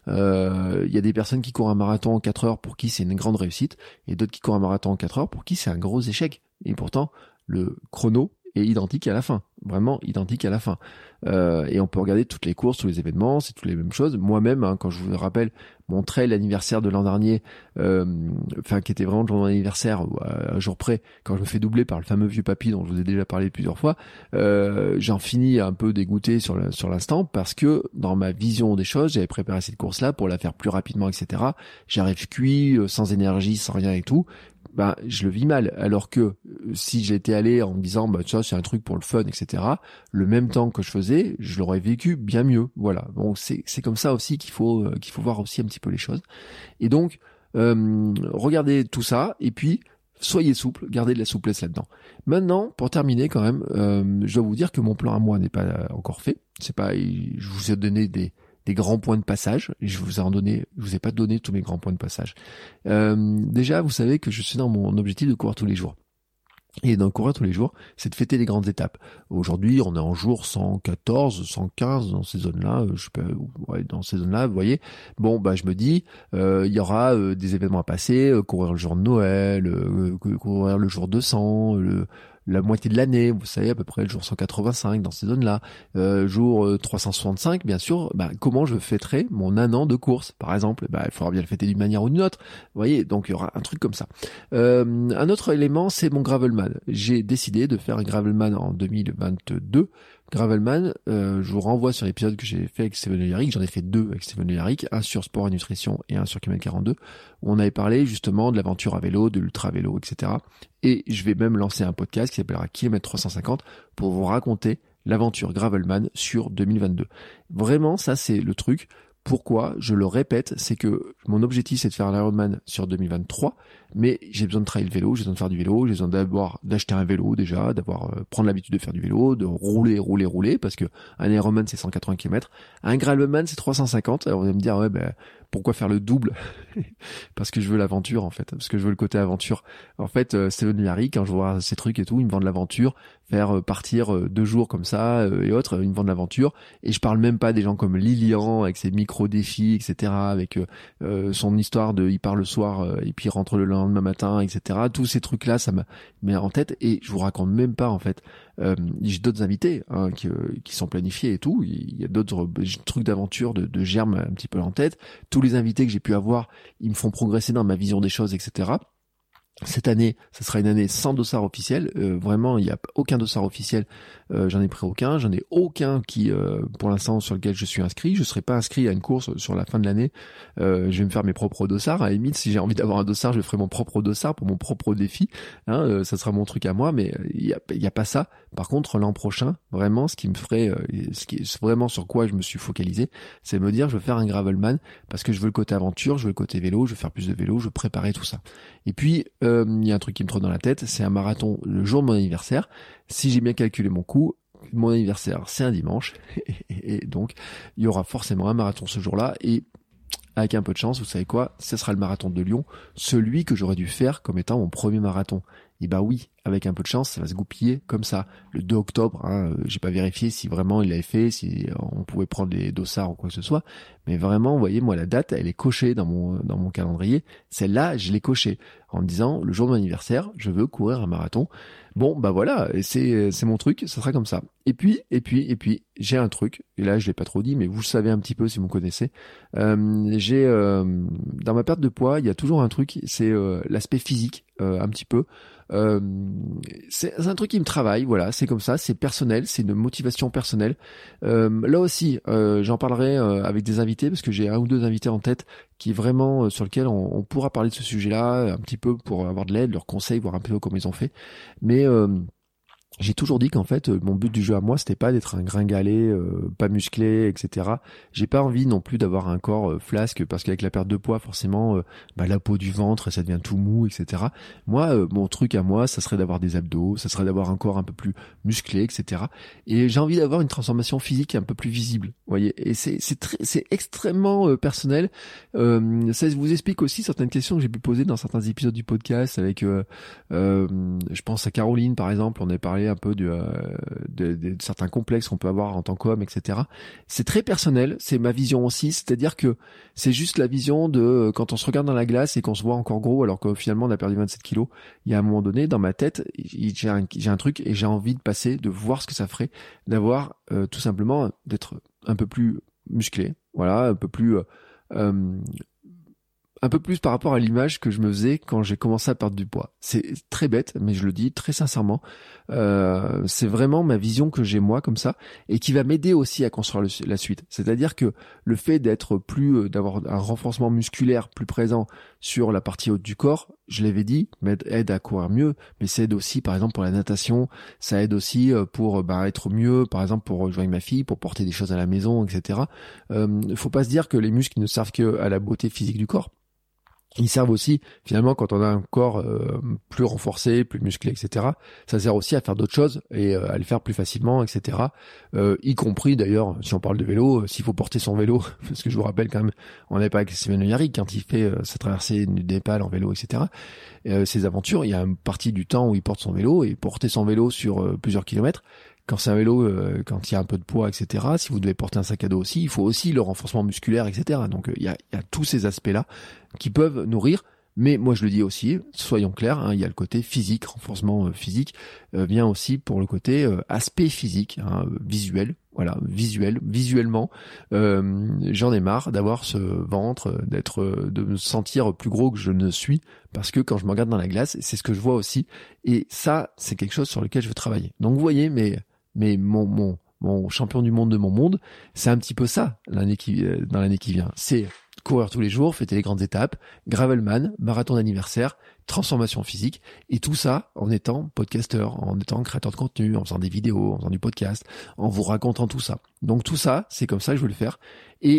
Euh, il y a des personnes qui courent un marathon en quatre heures pour qui c'est une grande réussite, et d'autres qui courent un marathon en quatre heures pour qui c'est un gros échec. Et pourtant, le chrono est identique à la fin, vraiment identique à la fin. Euh, et on peut regarder toutes les courses, tous les événements, c'est toutes les mêmes choses. Moi-même, hein, quand je vous rappelle mon trail anniversaire de l'an dernier, euh, enfin qui était vraiment le jour de mon anniversaire, à un jour près, quand je me fais doubler par le fameux vieux papy dont je vous ai déjà parlé plusieurs fois, euh, j'en finis un peu dégoûté sur, la, sur l'instant parce que dans ma vision des choses, j'avais préparé cette course-là pour la faire plus rapidement, et cetera. J'arrive cuit, sans énergie, sans rien et tout. Ben, je le vis mal. Alors que si j'étais allé en me disant, bah, ça, c'est un truc pour le fun, et cetera, le même temps que je faisais, je l'aurais vécu bien mieux. Voilà. Bon, c'est, c'est comme ça aussi qu'il faut, euh, qu'il faut voir aussi un petit peu les choses. Et donc, euh, regardez tout ça, et puis, soyez souple, gardez de la souplesse là-dedans. Maintenant, pour terminer quand même, euh, je dois vous dire que mon plan à moi n'est pas encore fait. C'est pas, je vous ai donné des, des grands points de passage. Je vous ai en donné, je vous ai pas donné tous mes grands points de passage. Euh, déjà, vous savez que je suis dans mon objectif de courir tous les jours. Et dans courir tous les jours, c'est de fêter les grandes étapes. Aujourd'hui, on est en jour cent quatorze, cent quinze dans ces zones-là. Je peux, ouais, dans ces zones-là, vous voyez. Bon, bah, je me dis, euh, il y aura euh, des événements à passer, euh, courir le jour de Noël, euh, courir le jour deux cents, le la moitié de l'année, vous savez, à peu près le jour cent quatre-vingt-cinq dans ces zones-là, euh, jour euh, trois cent soixante-cinq, bien sûr, bah, comment je fêterai mon un an de course, par exemple, bah, il faudra bien le fêter d'une manière ou d'une autre, vous voyez, donc il y aura un truc comme ça. Euh, un autre élément, c'est mon Gravelman. J'ai décidé de faire un Gravelman en deux mille vingt-deux. Gravelman, euh, je vous renvoie sur l'épisode que j'ai fait avec Steven Le Yarrick. J'en ai fait deux avec Steven Le Yarrick, un sur sport et nutrition et un sur kilomètre quarante-deux, où on avait parlé justement de l'aventure à vélo, de l'ultra vélo, et cetera. Et je vais même lancer un podcast qui s'appellera Kilomètre trois cent cinquante pour vous raconter l'aventure Gravelman sur deux mille vingt-deux. Vraiment, ça c'est le truc. Pourquoi? Je le répète, c'est que mon objectif c'est de faire l'Ironman sur deux mille vingt-trois, mais j'ai besoin de travailler le vélo, j'ai besoin de faire du vélo, j'ai besoin d'abord d'acheter un vélo déjà, d'avoir euh, prendre l'habitude de faire du vélo, de rouler, rouler, rouler, parce que un Ironman c'est cent quatre-vingts kilomètres, un Gravelman c'est trois cent cinquante. Alors vous allez me dire ouais ben pourquoi faire le double? Parce que je veux l'aventure en fait, parce que je veux le côté aventure. En fait, euh, Steven Larry, quand je vois ces trucs et tout, il me vend de l'aventure, faire euh, partir euh, deux jours comme ça euh, et autres, euh, il me vend de l'aventure. Et je parle même pas des gens comme Lilian avec ses micro-défis, et cetera. Avec euh, euh, son histoire de il part le soir euh, et puis il rentre le lendemain matin, et cetera. Tous ces trucs-là, ça m'a mis en tête et je vous raconte même pas en fait. Euh, j'ai d'autres invités hein, qui, euh, qui sont planifiés et tout. Il y a d'autres euh, trucs d'aventure, de, de germes un petit peu en tête. Tous les invités que j'ai pu avoir, ils me font progresser dans ma vision des choses, et cetera. Cette année, ce sera une année sans dossard officiel. Euh, vraiment, il n'y a aucun dossard officiel. Euh, j'en ai pris aucun. J'en ai aucun qui, euh, pour l'instant, sur lequel je suis inscrit. Je ne serai pas inscrit à une course sur la fin de l'année. Euh, je vais me faire mes propres dossards. À la limite, si j'ai envie d'avoir un dossard, je ferai mon propre dossard pour mon propre défi. Hein, euh, ça sera mon truc à moi, mais il n'y a, il y a pas ça. Par contre, l'an prochain, vraiment, ce qui me ferait, euh, ce qui est vraiment sur quoi je me suis focalisé, c'est me dire, je veux faire un Gravelman parce que je veux le côté aventure, je veux le côté vélo, je veux faire plus de vélo, je veux préparer tout ça. Et puis, il euh, y a un truc qui me trotte dans la tête, c'est un marathon le jour de mon anniversaire. Si j'ai bien calculé mon coup, mon anniversaire, c'est un dimanche. Et donc, il y aura forcément un marathon ce jour-là. Et avec un peu de chance, vous savez quoi? Ce sera le marathon de Lyon, celui que j'aurais dû faire comme étant mon premier marathon. Et bah oui, avec un peu de chance, ça va se goupiller comme ça. Le deux octobre, hein, j'ai pas vérifié si vraiment il l'avait fait, si on pouvait prendre les dossards ou quoi que ce soit. Mais vraiment, vous voyez, moi, la date, elle est cochée dans mon, dans mon calendrier. Celle-là, je l'ai cochée en me disant, le jour de mon anniversaire, je veux courir un marathon. Bon, bah voilà, c'est, c'est mon truc, ça sera comme ça. Et puis, et puis, et puis, j'ai un truc, et là, je l'ai pas trop dit, mais vous le savez un petit peu si vous me connaissez. Euh, j'ai, euh, dans ma perte de poids, il y a toujours un truc, c'est euh, l'aspect physique, euh, un petit peu. Euh, c'est, c'est un truc qui me travaille, voilà, c'est comme ça, c'est personnel, c'est une motivation personnelle. Euh, là aussi, euh, j'en parlerai euh, avec des invités parce que j'ai un ou deux invités en tête qui vraiment euh, sur lesquels on, on pourra parler de ce sujet-là un petit peu pour avoir de l'aide, leurs conseils, voir un peu comment ils ont fait. Mais euh, j'ai toujours dit qu'en fait, mon but du jeu à moi, c'était pas d'être un gringalet, euh, pas musclé, et cetera. J'ai pas envie non plus d'avoir un corps euh, flasque, parce qu'avec la perte de poids, forcément, euh, bah, la peau du ventre, ça devient tout mou, et cetera. Moi, euh, mon truc à moi, ça serait d'avoir des abdos, ça serait d'avoir un corps un peu plus musclé, et cetera. Et j'ai envie d'avoir une transformation physique un peu plus visible, vous voyez. Et c'est c'est très, c'est extrêmement euh, personnel. Euh, ça vous explique aussi certaines questions que j'ai pu poser dans certains épisodes du podcast avec, euh, euh, je pense à Caroline par exemple, on avait parlé un peu de, euh, de, de, de certains complexes qu'on peut avoir en tant qu'homme, et cetera. C'est très personnel, c'est ma vision aussi, c'est-à-dire que c'est juste la vision de euh, quand on se regarde dans la glace et qu'on se voit encore gros alors que finalement on a perdu vingt-sept kilos. Il y a un moment donné, dans ma tête, j'ai un, j'ai un truc et j'ai envie de passer, de voir ce que ça ferait, d'avoir euh, tout simplement d'être un peu plus musclé, voilà, un peu plus... Euh, euh, un peu plus par rapport à l'image que je me faisais quand j'ai commencé à perdre du poids. C'est très bête, mais je le dis très sincèrement. Euh, c'est vraiment ma vision que j'ai moi comme ça et qui va m'aider aussi à construire le, la suite. C'est-à-dire que le fait d'être plus, d'avoir un renforcement musculaire plus présent sur la partie haute du corps, je l'avais dit, m'aide aide à courir mieux, mais ça aide aussi par exemple pour la natation, ça aide aussi pour bah, être mieux, par exemple pour rejoindre ma fille, pour porter des choses à la maison, et cetera. Euh, faut pas se dire que les muscles ne servent que à la beauté physique du corps. Ils servent aussi, finalement, quand on a un corps euh, plus renforcé, plus musclé, et cetera, ça sert aussi à faire d'autres choses et euh, à le faire plus facilement, et cetera. Euh, y compris, d'ailleurs, si on parle de vélo, euh, s'il faut porter son vélo, parce que je vous rappelle quand même, on n'est pas avec Steven Yarrick quand il fait euh, sa traversée du Népal en vélo, et cetera. Euh, ses aventures, il y a une partie du temps où il porte son vélo et porter son vélo sur euh, plusieurs kilomètres. Quand c'est un vélo, euh, quand il y a un peu de poids, et cetera, si vous devez porter un sac à dos aussi, il faut aussi le renforcement musculaire, et cetera. Donc, euh, il y a, il y a tous ces aspects-là qui peuvent nourrir. Mais moi, je le dis aussi, soyons clairs, hein, il y a le côté physique, renforcement euh, physique, euh, vient aussi pour le côté euh, aspect physique, hein, visuel. Voilà, visuel, visuellement, euh, j'en ai marre d'avoir ce ventre, d'être, de me sentir plus gros que je ne suis, parce que quand je me regarde dans la glace, c'est ce que je vois aussi. Et ça, c'est quelque chose sur lequel je veux travailler. Donc, vous voyez, mais mais mon mon mon champion du monde de mon monde, c'est un petit peu ça l'année qui euh, dans l'année qui vient. C'est courir tous les jours, fêter les grandes étapes, Gravelman, marathon d'anniversaire, transformation physique, et tout ça en étant podcasteur, en étant créateur de contenu, en faisant des vidéos, en faisant du podcast, en vous racontant tout ça. Donc tout ça, c'est comme ça que je veux le faire. Et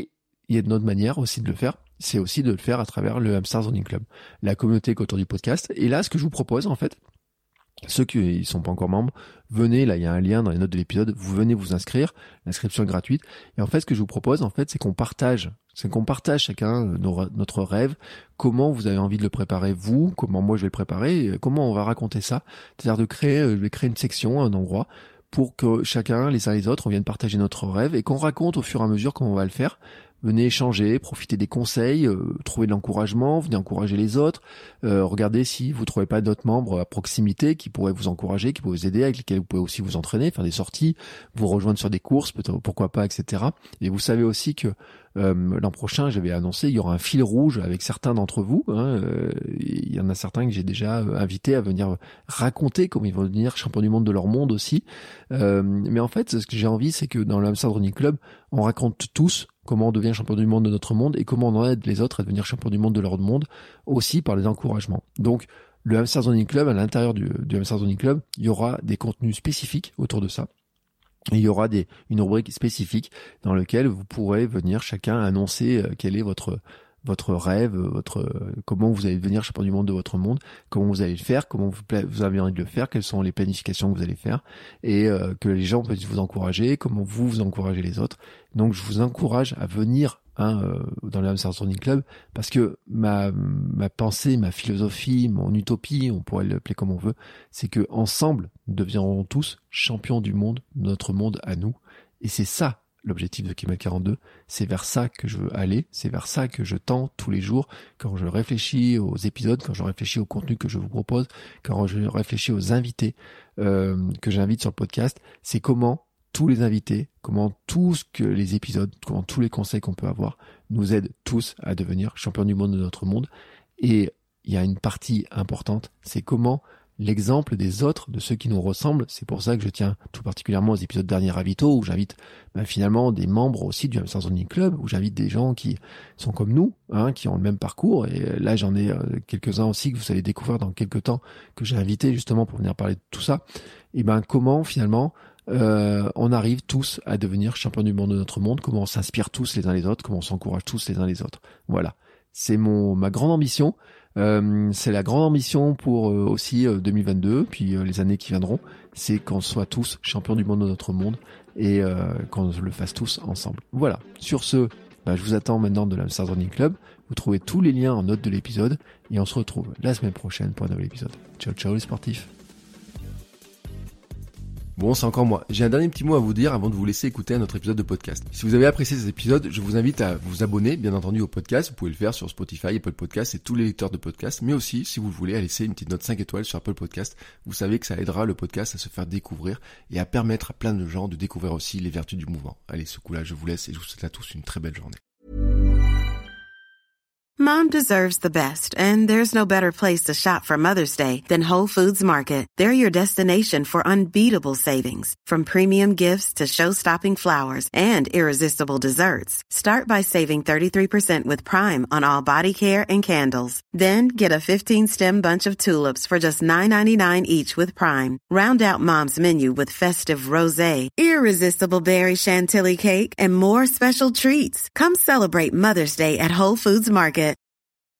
il y a une autre manière aussi de le faire, c'est aussi de le faire à travers le Hamsters Running Club, la communauté autour du podcast. Et là, ce que je vous propose, en fait, ceux qui ne sont pas encore membres, venez, là il y a un lien dans les notes de l'épisode, vous venez vous inscrire, l'inscription est gratuite. Et en fait, ce que je vous propose, en fait, c'est qu'on partage, c'est qu'on partage chacun nos, notre rêve, comment vous avez envie de le préparer vous, comment moi je vais le préparer, et comment on va raconter ça. C'est-à-dire de créer, je vais créer une section, un endroit, pour que chacun, les uns les autres, on vienne partager notre rêve et qu'on raconte au fur et à mesure comment on va le faire. Venez échanger, profiter des conseils, euh, trouver de l'encouragement, venez encourager les autres, euh, regardez si vous trouvez pas d'autres membres à proximité qui pourraient vous encourager, qui pourraient vous aider, avec lesquels vous pouvez aussi vous entraîner, faire des sorties, vous rejoindre sur des courses, peut-être pourquoi pas, et cetera. Et vous savez aussi que euh, l'an prochain, j'avais annoncé, il y aura un fil rouge avec certains d'entre vous. Hein, euh, il y en a certains que j'ai déjà invités à venir raconter comment ils vont devenir champions du monde de leur monde aussi. Euh, mais en fait, ce que j'ai envie, c'est que dans le Hamsters Running Club, on raconte tous comment on devient champion du monde de notre monde et comment on aide les autres à devenir champion du monde de leur monde, aussi par les encouragements. Donc, le Hamsters Running Club, à l'intérieur du, du Hamsters Running Club, il y aura des contenus spécifiques autour de ça. Et il y aura des, une rubrique spécifique dans laquelle vous pourrez venir chacun annoncer quel est votre votre rêve, votre comment vous allez devenir champion du monde de votre monde, comment vous allez le faire, comment vous, vous avez envie de le faire, quelles sont les planifications que vous allez faire, et euh, que les gens puissent vous encourager, comment vous vous encouragez les autres. Donc je vous encourage à venir hein, euh, dans le Hamsters Running Club, parce que ma ma pensée, ma philosophie, mon utopie, on pourrait l'appeler comme on veut, c'est que ensemble nous deviendrons tous champions du monde, de notre monde à nous, et c'est ça l'objectif de kilomètre quarante-deux, c'est vers ça que je veux aller, c'est vers ça que je tends tous les jours, quand je réfléchis aux épisodes, quand je réfléchis au contenu que je vous propose, quand je réfléchis aux invités euh, que j'invite sur le podcast, c'est comment tous les invités, comment tout ce que les épisodes, comment tous les conseils qu'on peut avoir nous aident tous à devenir champions du monde de notre monde. Et il y a une partie importante, c'est comment l'exemple des autres, de ceux qui nous ressemblent. C'est pour ça que je tiens tout particulièrement aux épisodes derniers Ravito, où j'invite ben, finalement des membres aussi du Hamsters Running Club, où j'invite des gens qui sont comme nous, hein, qui ont le même parcours. Et là, j'en ai euh, quelques-uns aussi que vous allez découvrir dans quelques temps, que j'ai invités justement pour venir parler de tout ça. Et ben comment finalement euh, on arrive tous à devenir champions du monde de notre monde, comment on s'inspire tous les uns les autres, comment on s'encourage tous les uns les autres. Voilà, c'est mon ma grande ambition. Euh, c'est la grande ambition pour euh, aussi euh, deux mille vingt-deux, puis euh, les années qui viendront, c'est qu'on soit tous champions du monde de notre monde et euh, qu'on le fasse tous ensemble. Voilà, sur ce, bah, je vous attends maintenant de l'Hamsters Running Club. Vous trouvez tous les liens en note de l'épisode et on se retrouve la semaine prochaine pour un nouvel épisode. Ciao ciao les sportifs. Bon, c'est encore moi. J'ai un dernier petit mot à vous dire avant de vous laisser écouter un autre épisode de podcast. Si vous avez apprécié cet épisode, je vous invite à vous abonner, bien entendu, au podcast. Vous pouvez le faire sur Spotify, Apple Podcasts et tous les lecteurs de podcasts. Mais aussi, si vous le voulez, à laisser une petite note cinq étoiles sur Apple Podcasts. Vous savez que ça aidera le podcast à se faire découvrir et à permettre à plein de gens de découvrir aussi les vertus du mouvement. Allez, ce coup-là, je vous laisse et je vous souhaite à tous une très belle journée. Mom deserves the best, and there's no better place to shop for Mother's Day than Whole Foods Market. They're your destination for unbeatable savings, from premium gifts to show-stopping flowers and irresistible desserts. Start by saving thirty-three percent with Prime on all body care and candles. Then get a fifteen-stem bunch of tulips for just nine ninety-nine each with Prime. Round out Mom's menu with festive rosé, irresistible berry chantilly cake, and more special treats. Come celebrate Mother's Day at Whole Foods Market.